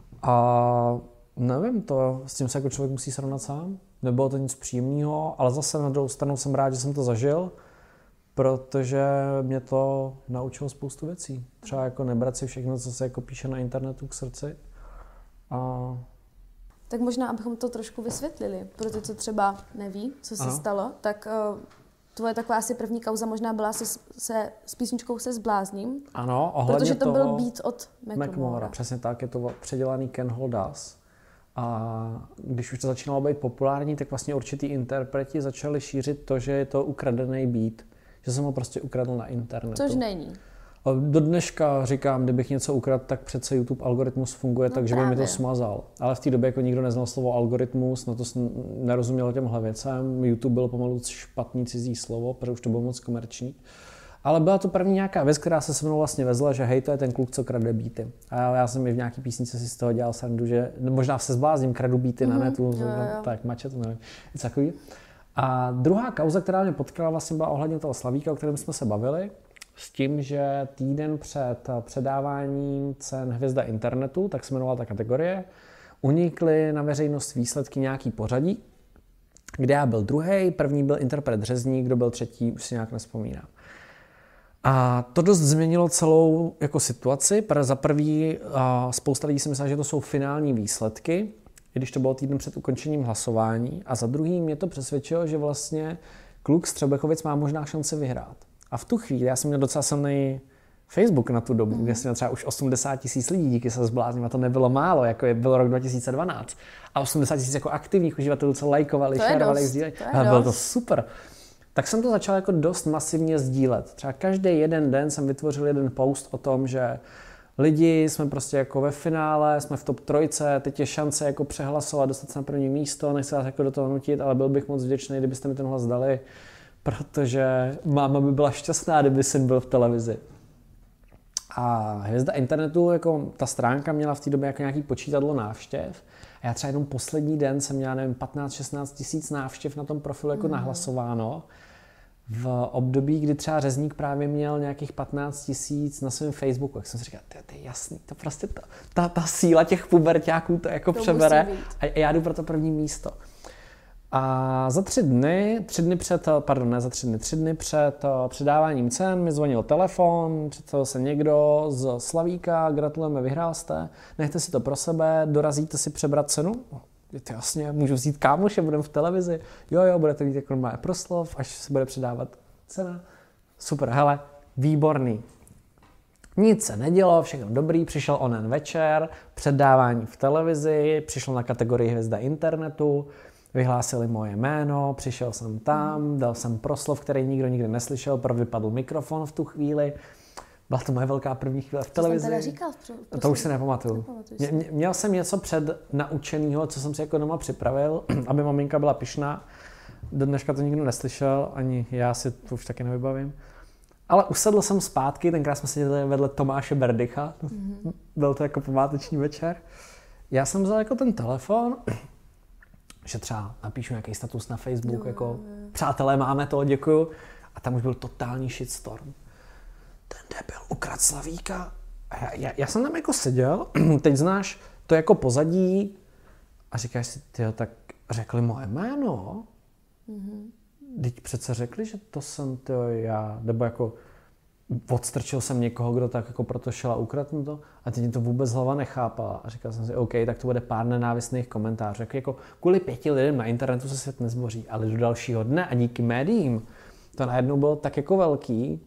A nevím, to, s tím se jako člověk musí srovnat sám. Nebylo to nic příjemného, ale zase na druhou stranu jsem rád, že jsem to zažil, protože mě to naučilo spoustu věcí. Třeba jako nebrat si všechno, co se jako píše na internetu, k srdci. A... Tak možná, abychom to trošku vysvětlili, pro ty, co třeba neví, co se ano. stalo, tak uh, tvoje taková asi první kauza možná byla se, se s písničkou Se zblázním. Ano, ohledně protože to toho... byl beat od McMora. Přesně tak, je to předělaný Ken Hold Us. A když už to začínalo být populární, tak vlastně určitý interpreti začali šířit to, že je to ukradený beat. Že jsem ho prostě ukradl na internetu. Což není. A do dneška říkám, kdybych něco ukradl, tak přece YouTube algoritmus funguje no tak, že by mi to smazal. Ale v té době jako nikdo neznal slovo algoritmus, na to nerozuměl těmhle věcem. YouTube bylo pomalu špatný cizí slovo, protože už to bylo moc komerční. Ale byla to první nějaká věc, která se se mnou vlastně vezla, že hej, to je ten kluk, co krade beaty. A já jsem i v nějaký písnice si z toho dělal srandu, že možná Se zblázním, kradu beaty mm-hmm. na netu, jo, jo. tak mače to nevím. Takový. A druhá kauza, která mě potkala, vlastně byla ohledně toho Slavíka, o kterém jsme se bavili, s tím, že týden před předáváním cen Hvězda internetu, tak se jmenovala ta kategorie, unikly na veřejnost výsledky nějaký pořadí, kde já byl druhý, první byl interpret Řezník, kdo byl třetí, už si nějak nespomínám. A to dost změnilo celou jako situaci, protože za prvý spousta lidí si myslela, že to jsou finální výsledky, i když to bylo týden před ukončením hlasování, a za druhý mě to přesvědčilo, že vlastně kluk z Třebechovic má možná šanci vyhrát. A v tu chvíli, já jsem měl docela silný Facebook na tu dobu, mm. kde jsem měl třeba už osmdesát tisíc lidí, díky Se zblázním, a to nebylo málo, jako je, byl rok dva tisíce dvanáct. A osmdesát tisíc jako aktivních uživatelů, co lajkovali, šerovali, sdíleli. Bylo to super. Tak jsem to začal jako dost masivně sdílet. Třeba každý jeden den jsem vytvořil jeden post o tom, že lidi, jsme prostě jako ve finále, jsme v top trojce, teď je šance jako přehlasovat, dostat se na první místo, nechci vás jako do toho nutit, ale byl bych moc vděčný, kdybyste mi ten hlas dali, protože máma by byla šťastná, kdyby syn byl v televizi. A Hvězda internetu, jako ta stránka měla v té době jako nějaký počítadlo návštěv. A já třeba jenom poslední den jsem měla, nevím, patnáct šestnáct tisíc návštěv na tom profilu jako mm. nahlasováno. v období, kdy třeba Řezník právě měl nějakých patnáct tisíc na svém Facebooku, jak jsem si říkal, to je jasný, to prostě ta, ta, ta síla těch puberťáků to jako to přebere a já jdu pro to první místo. A za tři dny, tři dny před, pardon, ne za tři dny, tři dny před předáváním cen mi zvonil telefon, představil se někdo z Slavíka, gratulujeme, vyhrál jste, nechte si to pro sebe, dorazíte si přebrat cenu? Je to jasně, můžu vzít kámoše, budeme v televizi, jo, jo, budete mít jako normálně proslov, až se bude předávat cena. Super, hele, výborný. Nic se nedělo, všechno dobrý, přišel onen večer, předávání v televizi, přišlo na kategorii hvězda internetu, vyhlásili moje jméno, přišel jsem tam, dal jsem proslov, který nikdo nikdy neslyšel, provypadl mikrofon v tu chvíli. Byla to moje velká první chvíle v televizi. Co jsem teda říkal? Prosím. To už si nepamatuju. Mě, měl jsem něco před naučenýho, co jsem si jako doma připravil, aby maminka byla pyšná. Do dneška to nikdo neslyšel, ani já si to už taky nevybavím. Ale usedl jsem zpátky, tenkrát jsme seděli vedle Tomáše Berdycha. Mm-hmm. Byl to jako památeční večer. Já jsem vzal jako ten telefon, že třeba napíšu nějaký status na Facebook, no, jako no. Přátelé, máme to, děkuju. A tam už byl totální shitstorm. Ten debil ukradl Slavíka. A já, já, já jsem tam jako seděl, teď znáš to jako pozadí a říkáš si, tyjo, tak řekli moje jméno. Mm-hmm. Teď přece řekli, že to jsem tyjo, já, nebo jako odstrčil jsem někoho, kdo tak jako proto šel a ukradl to a teď mi to vůbec hlava nechápala. A říkal jsem si, OK, tak to bude pár nenávistných komentářů. Jako, jako kvůli pěti lidem na internetu se svět nezboří, ale do dalšího dne a díky médiím to najednou bylo tak jako velký,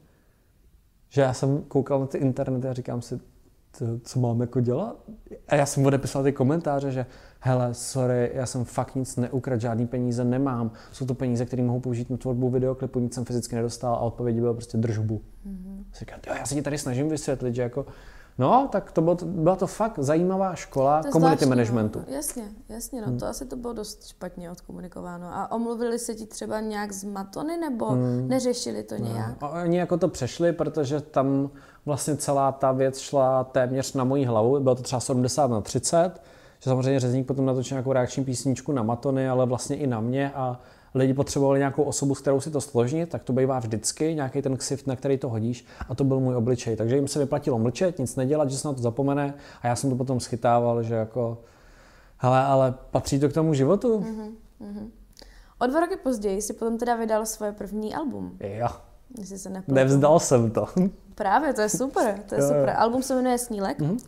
že já jsem koukal na ty internety a říkám si, co mám jako dělat? A já jsem odepisal ty komentáře, že hele, sorry, já jsem fakt nic neukradl, žádný peníze nemám. Jsou to peníze, které mohu použít na tvorbu videoklipu, nic jsem fyzicky nedostal a odpověď byla prostě držbu. Mm-hmm. Říkám, jo, já se ti tady snažím vysvětlit, že jako, no, tak to bylo, byla to fakt zajímavá škola community managementu. No. Jasně, jasně, no hmm. to asi to bylo dost špatně odkomunikováno. A omluvili se ti třeba nějak z matony, nebo hmm. neřešili to nějak? No. Oni jako to přešli, protože tam vlastně celá ta věc šla téměř na moji hlavu, bylo to třeba sedmdesát na třicet, že samozřejmě Řezník potom natočil nějakou reakční písničku na matony, ale vlastně i na mě a lidi potřebovali nějakou osobu, s kterou si to složnit, tak to bývá vždycky, nějaký ten ksift, na který to hodíš a to byl můj obličej. Takže jim se vyplatilo mlčet, nic nedělat, že se na to zapomene a já jsem to potom schytával, že jako, hele, ale patří to k tomu životu. Mm-hmm, mm-hmm. O dva roky později si potom teda vydal svoje první album. Jo. Jestli se Nevzdal jsem to. Právě, to je super, to je jo, super. Jo. Album se jmenuje Snílek. Mm-hmm.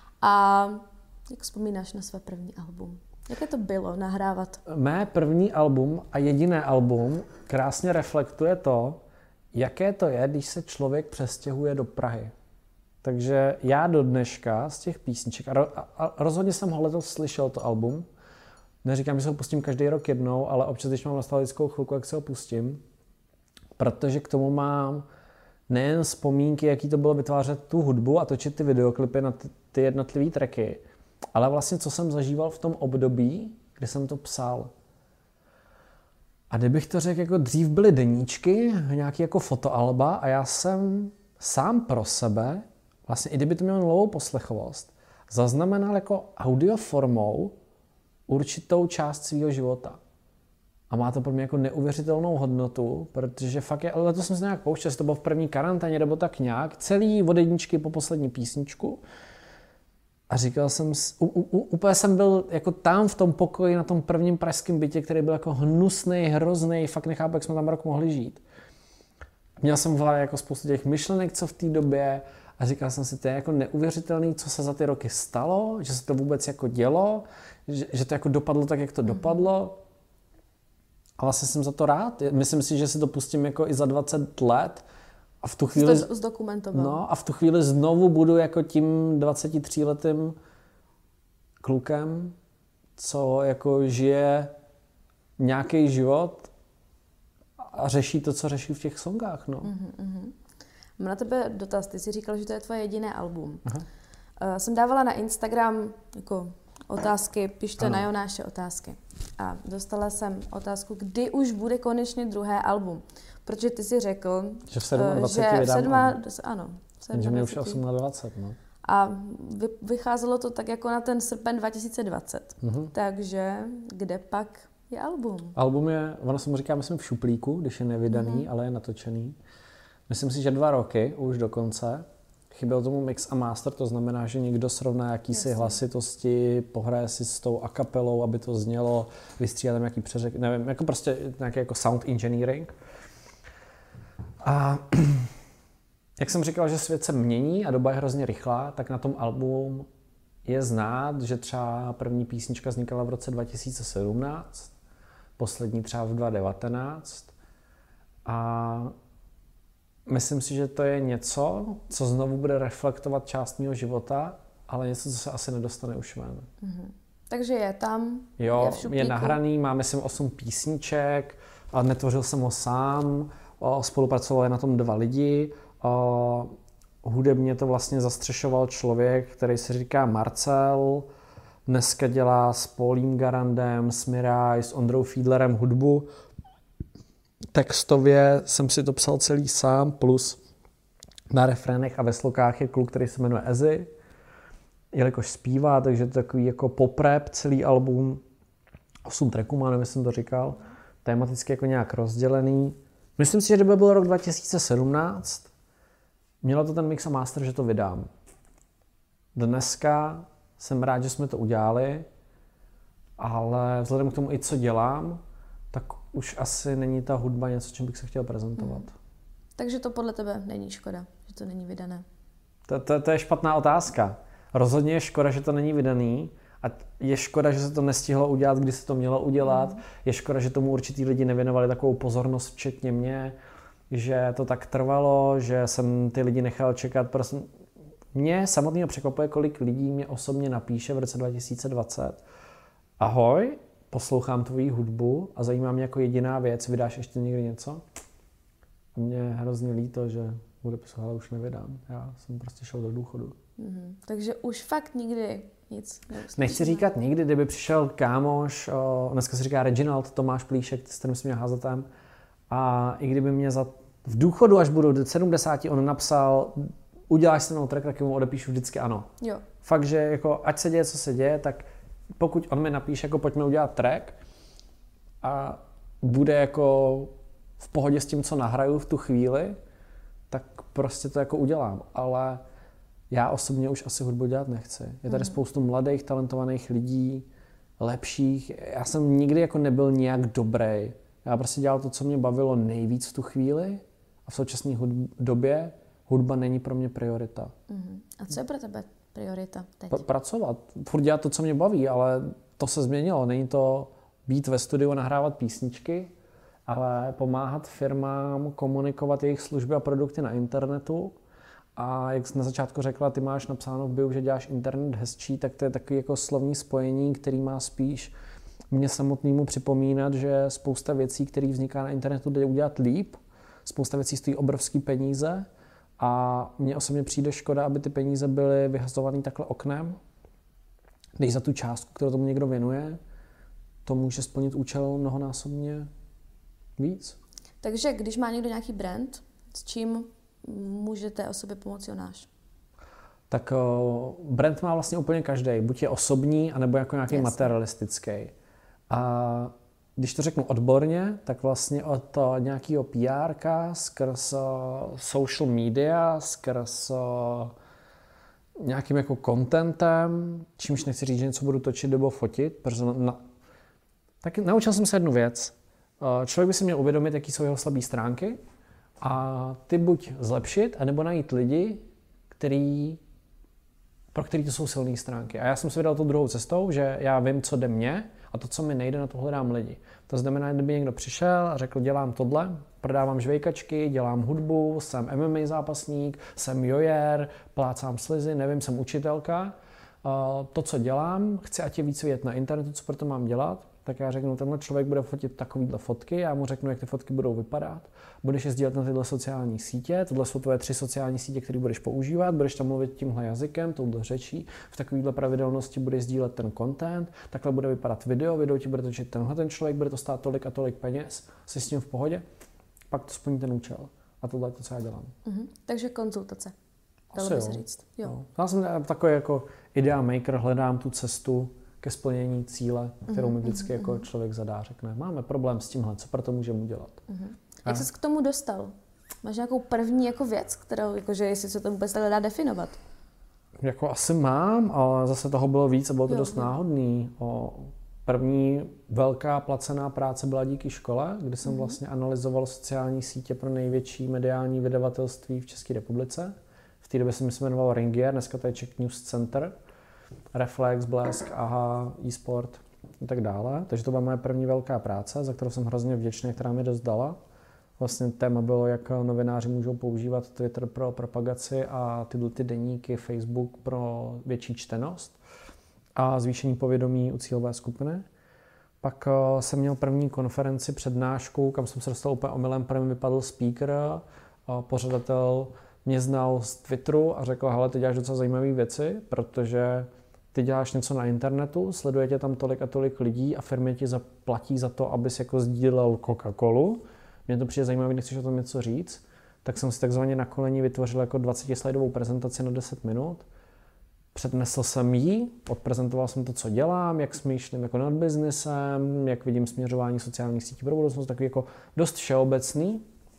A jak vzpomínáš na své první album? Jaké to bylo nahrávat? Mé první album a jediné album krásně reflektuje to, jaké to je, když se člověk přestěhuje do Prahy. Takže já do dneška z těch písniček, a, ro, a, a rozhodně jsem ho letos slyšel to album, neříkám, že se ho pustím každý rok jednou, ale občas, když mám nostalgickou chvilku, jak se ho pustím, protože k tomu mám nejen vzpomínky, jaký to bylo vytvářet tu hudbu a točit ty videoklipy na ty, ty jednotlivé tracky, ale vlastně, co jsem zažíval v tom období, kdy jsem to psal. A kdybych to řekl, jako dřív byly deníčky, nějaké jako fotoalba a já jsem sám pro sebe, vlastně i kdyby to mělo nulovou poslechovost, zaznamenal jako audioformou určitou část svého života. A má to pro mě jako neuvěřitelnou hodnotu, protože fakt je, ale letos jsem se nějak pouštěl, jestli to bylo v první karanténě nebo tak nějak, celý od jedničky po poslední písničku. A říkal jsem, u, u, úplně jsem byl jako tam v tom pokoji na tom prvním pražském bytě, který byl jako hnusnej, hroznej, fakt nechápu, jak jsme tam rok mohli žít. Měl jsem v hlavě jako spoustu těch myšlenek, co v té době a říkal jsem si, to je jako neuvěřitelný, co se za ty roky stalo, že se to vůbec jako dělo, že, že to jako dopadlo tak, jak to mm-hmm. dopadlo. A vlastně jsem za to rád. Myslím si, že si to pustím jako i za dvacet let. A v tu chvíli, no, a v tu chvíli znovu budu jako tím dvacetitříletým klukem, co jako žije nějaký život a řeší to, co řeší v těch songách. No. Mm-hmm. Mám na tebe dotaz. Ty jsi říkal, že to je tvoje jediné album. Uh, jsem dávala na Instagram jako otázky, pište ano. na Jonáše otázky. A dostala jsem otázku, kdy už bude konečně druhé album. Protože ty si řekl, že v dvaceti sedmi vydám sedma, ano. Že mě už je dvacet osm. No. A vycházelo to tak jako na ten srpen dva tisíce dvacet. Mm-hmm. Takže kde pak je album? Album je, ono se mu říká, myslím, v šuplíku, když je nevydaný, mm-hmm. ale je natočený. Myslím si, že dva roky už dokonce. Chyběl tomu mix a master, to znamená, že někdo srovná jakýsi Jasně. hlasitosti, pohraje si s tou a kapelou, aby to znělo, vystřídá tam nějaký přeřek, nevím, jako prostě nějaký jako sound engineering. A jak jsem říkal, že svět se mění a doba je hrozně rychlá, tak na tom albu je znát, že třeba první písnička vznikala v roce dva tisíce sedmnáct, poslední třeba v dva tisíce devatenáct a myslím si, že to je něco, co znovu bude reflektovat část mého života, ale něco, co se asi nedostane už ven. Mm-hmm. Takže je tam, jo, je v šuplíku. Je nahraný, máme si osm písniček, ale netvořil jsem ho sám, spolupracovali na tom dva lidi, hudebně to vlastně zastřešoval člověk, který se říká Marcel, dneska dělá s Paulím Garandem, s Miraj, s Ondrou Fiedlerem hudbu. Textově jsem si to psal celý sám, plus na refrénech a ve slokách je kluk, který se jmenuje Ezi, jelikož zpívá, takže to je takový jako pop-rap celý album. Osm tracků má, nevím, jsem to říkal, tematicky jako nějak rozdělený. Myslím si, že kdyby byl rok dva tisíce sedmnáct, mělo to ten mix a master, že to vydám. Dneska jsem rád, že jsme to udělali, ale vzhledem k tomu i co dělám, tak už asi není ta hudba něco, čím bych se chtěl prezentovat. Hmm. Takže to podle tebe není škoda, že to není vydané? To, to, to je špatná otázka. Rozhodně je škoda, že to není vydaný a je škoda, že se to nestihlo udělat, kdy se to mělo udělat. Hmm. Je škoda, že tomu určitý lidi nevěnovali takovou pozornost, včetně mě, že to tak trvalo, že jsem ty lidi nechal čekat. Prostě mě samotného překvapuje, kolik lidí mě osobně napíše v roce dva tisíce dvacet. Ahoj, poslouchám tvoji hudbu a zajímá mě jako jediná věc, vydáš ještě někdy něco? A mě je hrozně líto, že hudepisu ale už nevydám. Já jsem prostě šel do důchodu. Mm-hmm. Takže už fakt nikdy nic neuslyším. Nechci říkat nikdy, kdyby přišel kámoš, o, dneska se říká Reginald Tomáš Plíšek, s kterým jsem měl házetem, a i kdyby mě za, v důchodu, až budu do sedmdesáti, on napsal, uděláš se mnou track, tak mu odepíšu vždycky ano. Jo. Fakt, že jako, ať se děje, co se děje, tak pokud on mi napíše, jako pojďme udělat track a bude jako v pohodě s tím, co nahraju v tu chvíli, tak prostě to jako udělám. Ale já osobně už asi hudbu dělat nechci. Je tady mm. spoustu mladých, talentovaných lidí, lepších. Já jsem nikdy jako nebyl nějak dobrý. Já prostě dělal to, co mě bavilo nejvíc v tu chvíli a v současné hudb- době hudba není pro mě priorita. Mm. A co je pro tebe priorita teď? P- pracovat. Furt dělat to, co mě baví, ale to se změnilo. Není to být ve studiu a nahrávat písničky, ale pomáhat firmám komunikovat jejich služby a produkty na internetu. A jak jsi na začátku řekla, ty máš napsáno v bio, že děláš internet hezčí, tak to je takový jako slovní spojení, který má spíš mě samotnému připomínat, že spousta věcí, které vzniká na internetu, jde udělat líp. Spousta věcí stojí obrovský peníze a mně osobně přijde škoda, aby ty peníze byly vyhazované takhle oknem. Když za tu částku, kterou tomu někdo věnuje, to může splnit účel mnohonásobně víc. Takže když má někdo nějaký brand, s čím může té osobě pomoci Jonáš? Tak uh, brand má vlastně úplně každý. Buď je osobní, anebo jako nějaký Jasně. materialistický. A když to řeknu odborně, tak vlastně od uh, nějakého P R ka, skrz uh, social media, skrz uh, nějakým jako contentem, čímž nechci říct, že něco budu točit nebo fotit, protože na... tak naučil jsem se jednu věc. Uh, člověk by si měl uvědomit, jaký jsou jeho slabé stránky, a ty buď zlepšit, anebo najít lidi, který, pro který to jsou silné stránky. A já jsem si vydal tu druhou cestou, že já vím, co jde mně a to, co mi nejde, na to hledám lidi. To znamená, kdyby někdo přišel a řekl, dělám tohle, prodávám žvejkačky, dělám hudbu, jsem M M A zápasník, jsem jojer, plácám slizy, nevím, jsem učitelka. To, co dělám, chci, ať je víc vidět na internetu, co pro to mám dělat, tak já řeknu, tenhle člověk bude fotit takovýhle fotky, já mu řeknu, jak ty fotky budou vypadat, budeš je sdílet na tyhle sociální sítě, tohle jsou tvoje tři sociální sítě, které budeš používat, budeš tam mluvit tímhle jazykem, touhle řečí, v takovýhle pravidelnosti budeš sdílet ten content, takhle bude vypadat video, video ti bude točit tenhle ten člověk, bude to stát tolik a tolik peněz, jsi s tím v pohodě, pak to splní ten účel. A tohle je to, co já dělám. Mm-hmm. Takže konzultace. Dalo by se říct. Jo. No. Já jsem takový jako idea maker, hledám tu cestu, ke splnění cíle, kterou mi vždycky mm-hmm. jako člověk zadá. Řekne, máme problém s tímhle, co pro to můžeme udělat. Mm-hmm. Jak jsi k tomu dostal? Máš nějakou první jako věc, kterou, jakože jestli se to vůbec takhle dá definovat? Jako asi mám, ale zase toho bylo víc a bylo to jo, dost jo. náhodný. O, první velká placená práce byla díky škole, kdy jsem mm-hmm. vlastně analyzoval sociální sítě pro největší mediální vydavatelství v České republice. V té době jsem se jmenoval Ringier, dneska to je Czech News Center, Reflex, Blesk, Aha, eSport a tak dále. Takže to byla moje první velká práce, za kterou jsem hrozně vděčný, která mi dost dala. Vlastně téma bylo, jak novináři můžou používat Twitter pro propagaci a tyhle ty deníky, Facebook pro větší čtenost a zvýšení povědomí u cílové skupiny. Pak jsem měl první konferenci, přednášku, kam jsem se dostal úplně omylem, protože mi vypadl speaker, pořadatel mě znal z Twitteru a řekl, hele, ty děláš docela zajímavé věci, protože ty děláš něco na internetu, sleduje tě tam tolik a tolik lidí a firmy ti zaplatí za to, abys jako sdílel Coca-Colu. Mně to přijde zajímavé, nechceš o tom něco říct, tak jsem si takzvaně na koleni vytvořil jako dvacetislajdovou prezentaci na deset minut. Přednesl jsem ji, odprezentoval jsem to, co dělám, jak smýšlím jako nad biznesem, jak vidím směřování sociálních sítí pro budoucnost, takový jako dost všeobecný.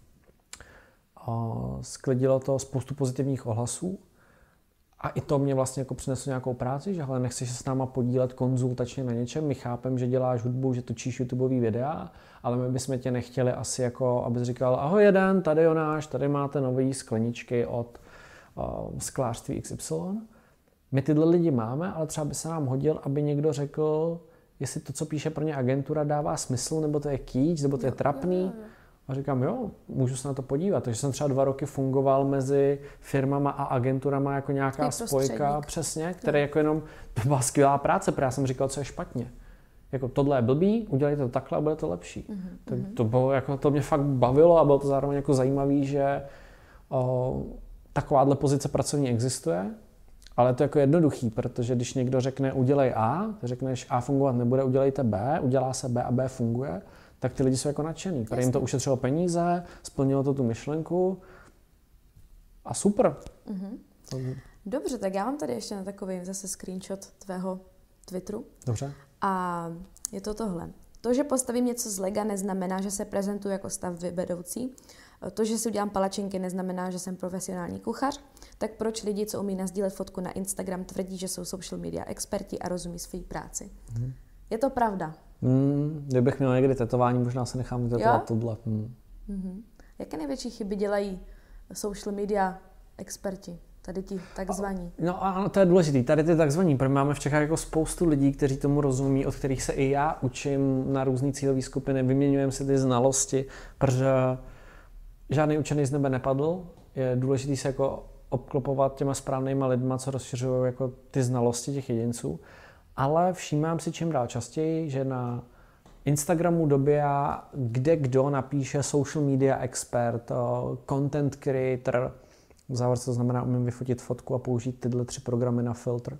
A sklidilo to spoustu pozitivních ohlasů. A i to mě vlastně jako přineslo nějakou práci, že hele, nechceš se s náma podílet konzultačně na něčem, my chápem, že děláš hudbu, že točíš YouTubeový videa, ale my bychom tě nechtěli asi jako, abys říkal, ahoj jeden, tady Jonáš, tady máte nový skleničky od uh, sklářství X Y. My tyhle lidi máme, ale třeba by se nám hodil, aby někdo řekl, jestli to, co píše pro ně agentura, dává smysl, nebo to je kýč, nebo to je trapný. A říkám, jo, můžu se na to podívat. Takže jsem třeba dva roky fungoval mezi firmama a agenturama jako nějaká spojka, přesně, které jako jenom, to byla skvělá práce, protože já jsem říkal, co je špatně. Jako tohle je blbý, udělejte to takhle a bude to lepší. Mm-hmm. Tak to, bylo, jako, to mě fakt bavilo a bylo to zároveň jako zajímavý, že o, takováhle pozice pracovní existuje, ale to je jako jednoduchý, protože když někdo řekne udělej A, ty řekneš A fungovat nebude, udělejte B, udělá se B a B funguje, tak ty lidi jsou jako nadšený, protože jim to ušetřilo peníze, splnilo to tu myšlenku a super. Mm-hmm. Dobře, tak já mám tady ještě na takový zase screenshot tvého Twitteru. Dobře. A je to tohle. To, že postavím něco z lega, neznamená, že se prezentuji jako stavbyvedoucí. To, že si udělám palačinky, neznamená, že jsem profesionální kuchař. Tak proč lidi, co umí nasdílet fotku na Instagram, tvrdí, že jsou social media experti a rozumí své práci? Mm. Je to pravda? Mm, kdybych měl někdy tetování, možná se nechám tetovat tohle. Mm. Mm-hmm. Jaké největší chyby dělají social media experti? Tady ti takzvaní. No ano, to je důležitý. Tady ty takzvaní, protože máme v Čechách jako spoustu lidí, kteří tomu rozumí, od kterých se i já učím na různý cílové skupiny, vyměňujeme si ty znalosti, protože žádný učený z nebe nepadl. Je důležité se jako obklopovat těma správnýma lidma, co rozšiřují jako ty znalosti těch jedinců. Ale všímám si čím dál častěji, že na Instagramu doběhá, kde kdo napíše social media expert, content creator, v závorce to znamená, umím vyfotit fotku a použít tyhle tři programy na filtr.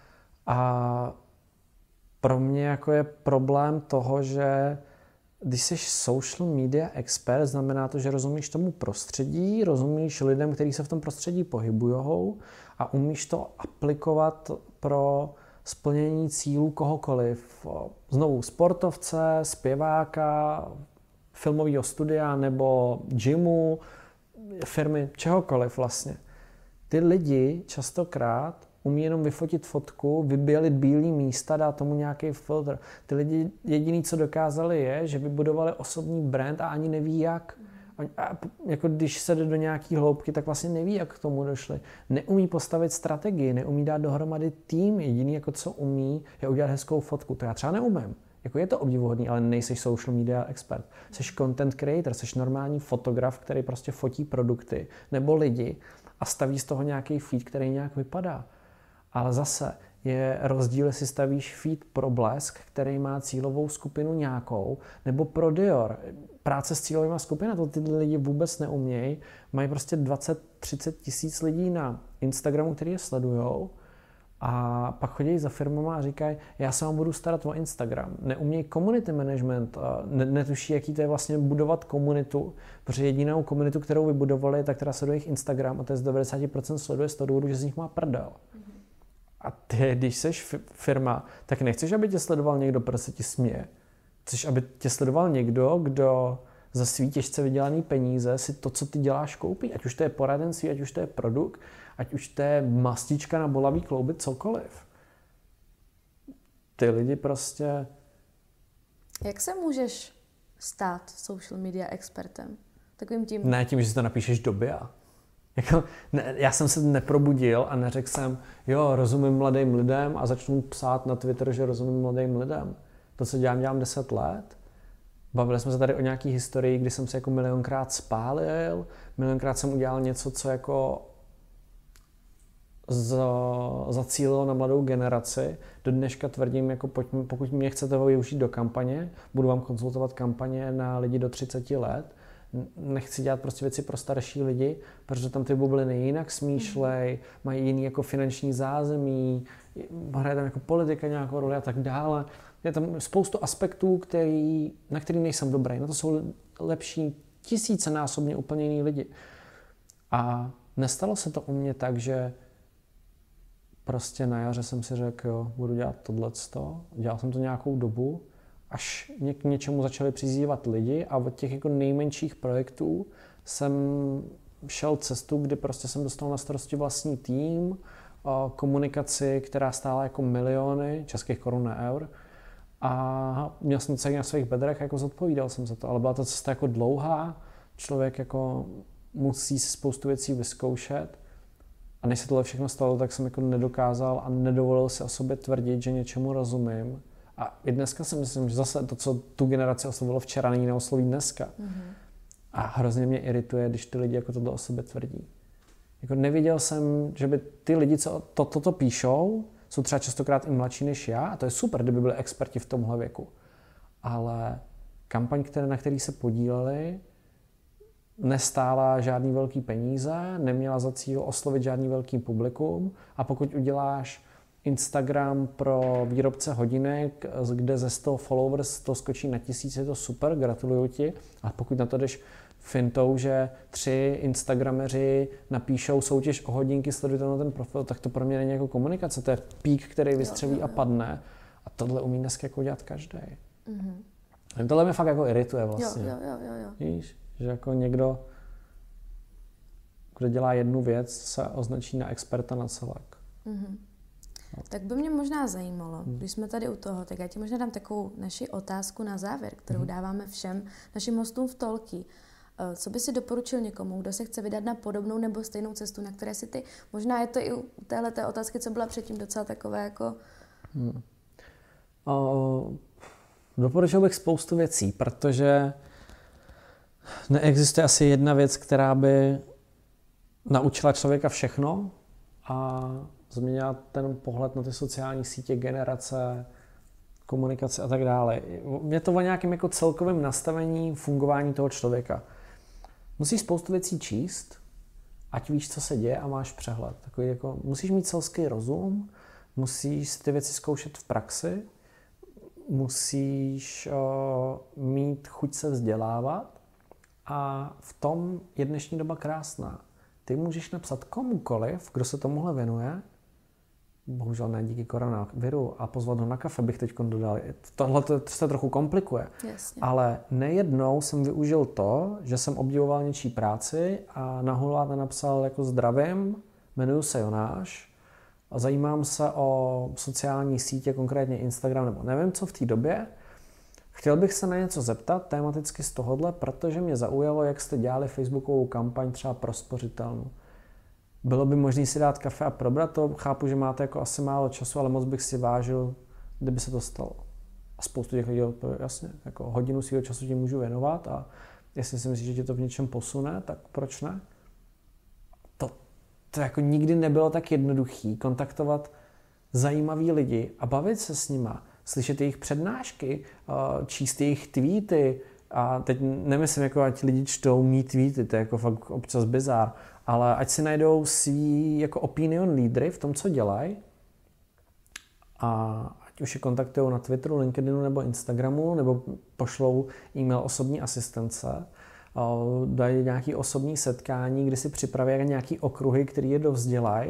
A pro mě jako je problém toho, že když jsi social media expert, znamená to, že rozumíš tomu prostředí, rozumíš lidem, kteří se v tom prostředí pohybujou a umíš to aplikovat pro splnění cílů kohokoliv. Znovu sportovce, zpěváka, filmového studia nebo gymu, firmy, čehokoliv vlastně. Ty lidi častokrát umí jenom vyfotit fotku, vybělit bílý místa, dát tomu nějaký filtr. Ty lidi jediný, co dokázali, je, že vybudovali osobní brand a ani neví jak. A jako když se jde do nějaký hloubky, tak vlastně neví, jak k tomu došli. Neumí postavit strategii, neumí dát dohromady tým. Jediný, jako co umí, je udělat hezkou fotku. To já třeba neumím. Jako je to obdivuhodný, ale nejsi social media expert. Jsi content creator, jsi normální fotograf, který prostě fotí produkty nebo lidi a staví z toho nějaký feed, který nějak vypadá. Ale zase je rozdíl, jestli stavíš feed pro Blesk, který má cílovou skupinu nějakou, nebo pro Dior. Práce s cílovými skupinami, to ty lidi vůbec neumějí. Mají prostě dvacet třicet tisíc lidí na Instagramu, který je sledujou, a pak chodí za firmama a říkají, já se vám budu starat o Instagram. Neumějí community management, netuší, jaký to je vlastně budovat komunitu, protože jedinou komunitu, kterou vybudovali, je ta, která sleduje jejich Instagram a to je z devadesát procent sleduje z toho důvodu, že z nich má prdel. A ty, když jsi firma, tak nechceš, aby tě sledoval někdo, protože se ti směje. Chceš, aby tě sledoval někdo, kdo za svý těžce vydělaný peníze si to, co ty děláš, koupí. Ať už to je poradenství, ať už to je produkt, ať už to je mastička na bolavý klouby, cokoliv. Ty lidi prostě... Jak se můžeš stát social media expertem? Takovým tím... Ne tím, že si to napíšeš do bia. Jako, ne, já jsem se neprobudil a neřekl jsem, jo, rozumím mladým lidem a začnu psát na Twitter, že rozumím mladým lidem. To, co dělám, dělám deset let. Bavili jsme se tady o nějaký historii, kdy jsem se jako milionkrát spálil, milionkrát jsem udělal něco, co jako zacílilo na mladou generaci. Do dneška tvrdím, jako pojďme, pokud mě chcete využít do kampaně, budu vám konzultovat kampaně na lidi do třiceti let. Nechci dělat prostě věci pro starší lidi, protože tam ty bubliny jinak smýšlej, mají jiný jako finanční zázemí, hraje tam jako politika nějakou roli a tak dále. Je tam spoustu aspektů, který, na který nejsem dobrý. Na to jsou lepší tisícenásobně úplně jiný lidi. A nestalo se to u mě tak, že prostě na jaře jsem si řekl, jo, budu dělat tohleto. Dělal jsem to nějakou dobu, až k něčemu začali přizývat lidi a od těch jako nejmenších projektů jsem šel cestu, kdy prostě jsem dostal na starosti vlastní tým, komunikaci, která stála jako miliony českých korun na eur. A měl jsem celý na svých bedrech, jako zodpovídal jsem za to, ale byla to cesta jako dlouhá, člověk jako musí si spoustu věcí vyzkoušet a než se tohle všechno stalo, tak jsem jako nedokázal a nedovolil si o sobě tvrdit, že něčemu rozumím. A i dneska si myslím, že zase to, co tu generaci oslovilo včera, není neosloví dneska. Mm-hmm. A hrozně mě irituje, když ty lidi jako tohle o sobě tvrdí. Jako neviděl jsem, že by ty lidi, co to, toto píšou, jsou třeba častokrát i mladší než já a to je super, kdyby byli experti v tomhle věku. Ale kampaň, které, na který se podíleli, nestála žádný velký peníze, neměla za cíl oslovit žádný velký publikum a pokud uděláš Instagram pro výrobce hodinek, kde ze sto followers to skočí na tisíc, je to super, gratuluju ti. A pokud na to jdeš fintou, že tři instagrameři napíšou soutěž o hodinky, sledujte na ten profil, tak to pro mě není jako komunikace, to je pík, který vystřelí jo, jo, jo. a padne. A tohle umí dneska jako dělat každý. Mm-hmm. Tohle mě fakt jako irituje vlastně. Jo, jo, jo, jo. Víš, že jako někdo, kdo dělá jednu věc, se označí na experta na celek. Mm-hmm. No. Tak by mě možná zajímalo, hmm. když jsme tady u toho, tak já ti možná dám takovou naši otázku na závěr, kterou hmm. dáváme všem našim hostům v Talky. Co by si doporučil někomu, kdo se chce vydat na podobnou nebo stejnou cestu, na které si ty, možná je to i u téhleté otázky, co byla předtím docela takové jako... Hmm. O, doporučil bych spoustu věcí, protože neexistuje asi jedna věc, která by naučila člověka všechno a změnila ten pohled na ty sociální sítě, generace, komunikace a tak dále. Je to o nějakém jako celkovém nastavení fungování toho člověka. Musíš spoustu věcí číst, ať víš, co se děje a máš přehled. Takový jako, musíš mít selský rozum, musíš ty věci zkoušet v praxi, musíš uh, mít chuť se vzdělávat a v tom je dnešní doba krásná. Ty můžeš napsat komukoliv, kdo se tomuhle věnuje, bohužel ne díky koronaviru, a pozvat ho na kafe bych teď dodal. Tohle se trochu komplikuje. Jasně. Ale nejednou jsem využil to, že jsem obdivoval něčí práci a na Hulváta napsal jako zdravím, jmenuji se Jonáš a zajímám se o sociální sítě, konkrétně Instagram, nebo nevím co v té době. Chtěl bych se na něco zeptat tematicky z tohohle, protože mě zaujalo, jak jste dělali facebookovou kampaň třeba pro spořitelnu. Bylo by možné si dát kafe a probrat to. Chápu, že máte jako asi málo času, ale moc bych si vážil, kdyby se to stalo. A spoustu těch lidí odpoví, jasně, jako hodinu svého času ti můžu věnovat a jestli si myslíš, že tě to v něčem posune, tak proč ne? To, to jako nikdy nebylo tak jednoduchý kontaktovat zajímavý lidi a bavit se s nima, slyšet jejich přednášky, číst jejich tweety a teď nemyslím, jako ať lidi čtou mý tweety, to je jako fakt občas bizár, ale ať si najdou svý jako opinion lídry v tom, co dělají a ať už je kontaktují na Twitteru, LinkedInu nebo Instagramu, nebo pošlou e-mail osobní asistence, dají nějaké osobní setkání, kdy si připraví nějaký okruhy, který je dovzdělají.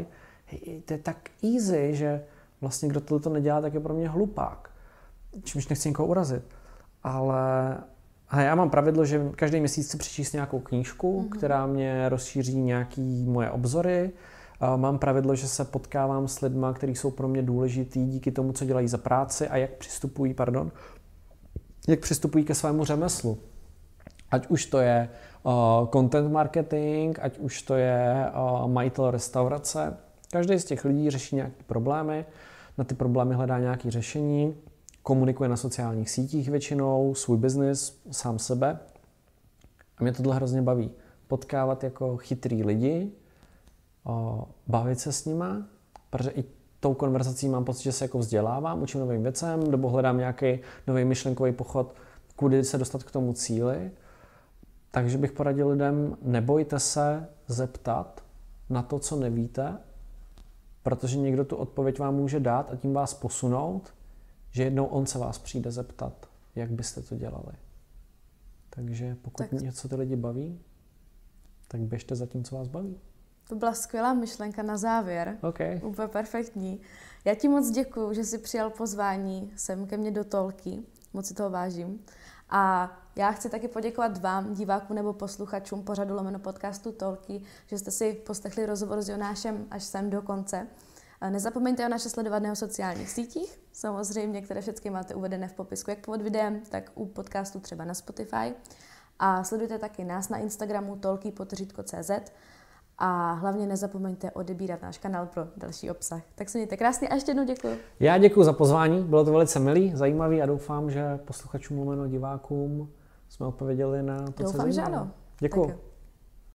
hej, to je tak easy, že vlastně kdo tohle to nedělá, tak je pro mě hlupák. Čímž nechci někoho urazit. Ale a já mám pravidlo, že každý měsíc si přečíst nějakou knížku, mm-hmm. která mě rozšíří nějaký moje obzory. Mám pravidlo, že se potkávám s lidma, kteří jsou pro mě důležitý díky tomu, co dělají za práci a jak přistupují, pardon, jak přistupují ke svému řemeslu. Ať už to je uh, content marketing, ať už to je uh, majitel restaurace. Každý z těch lidí řeší nějaké problémy, na ty problémy hledá nějaké řešení, komunikuje na sociálních sítích většinou, svůj biznis, sám sebe. A mě tohle hrozně baví. Potkávat jako chytrý lidi, uh, bavit se s nima, protože i tou konverzací mám pocit, že se jako vzdělávám, učím novým věcem, nebo hledám nějaký nový myšlenkový pochod, kudy se dostat k tomu cíli. Takže bych poradil lidem, nebojte se zeptat na to, co nevíte, protože někdo tu odpověď vám může dát a tím vás posunout, že jednou on se vás přijde zeptat, jak byste to dělali. Takže pokud tak něco ty lidi baví, tak běžte za tím, co vás baví. To byla skvělá myšlenka na závěr. Okay. Úplně perfektní. Já ti moc děkuju, že jsi přijal pozvání sem ke mně do Tolky. Moc si toho vážím. A já chci taky poděkovat vám, divákům nebo posluchačům pořadu lomeno podcastu Tolky, že jste si poslechli rozhovor s Jonášem až sem do konce. Nezapomeňte o naše sledovat na sociálních sítích, samozřejmě, které všechny máte uvedené v popisku, jak pod videem, tak u podcastu třeba na Spotify. A sledujte taky nás na Instagramu tolky podtržítko tečka cz a hlavně nezapomeňte odebírat náš kanál pro další obsah. Tak se mějte krásně a ještě jednou děkuji. Já děkuji za pozvání, bylo to velice milý, zajímavý a doufám, že posluchačům lomeno divákům jsme odpověděli na to, doufám, co že ano. Děkuji.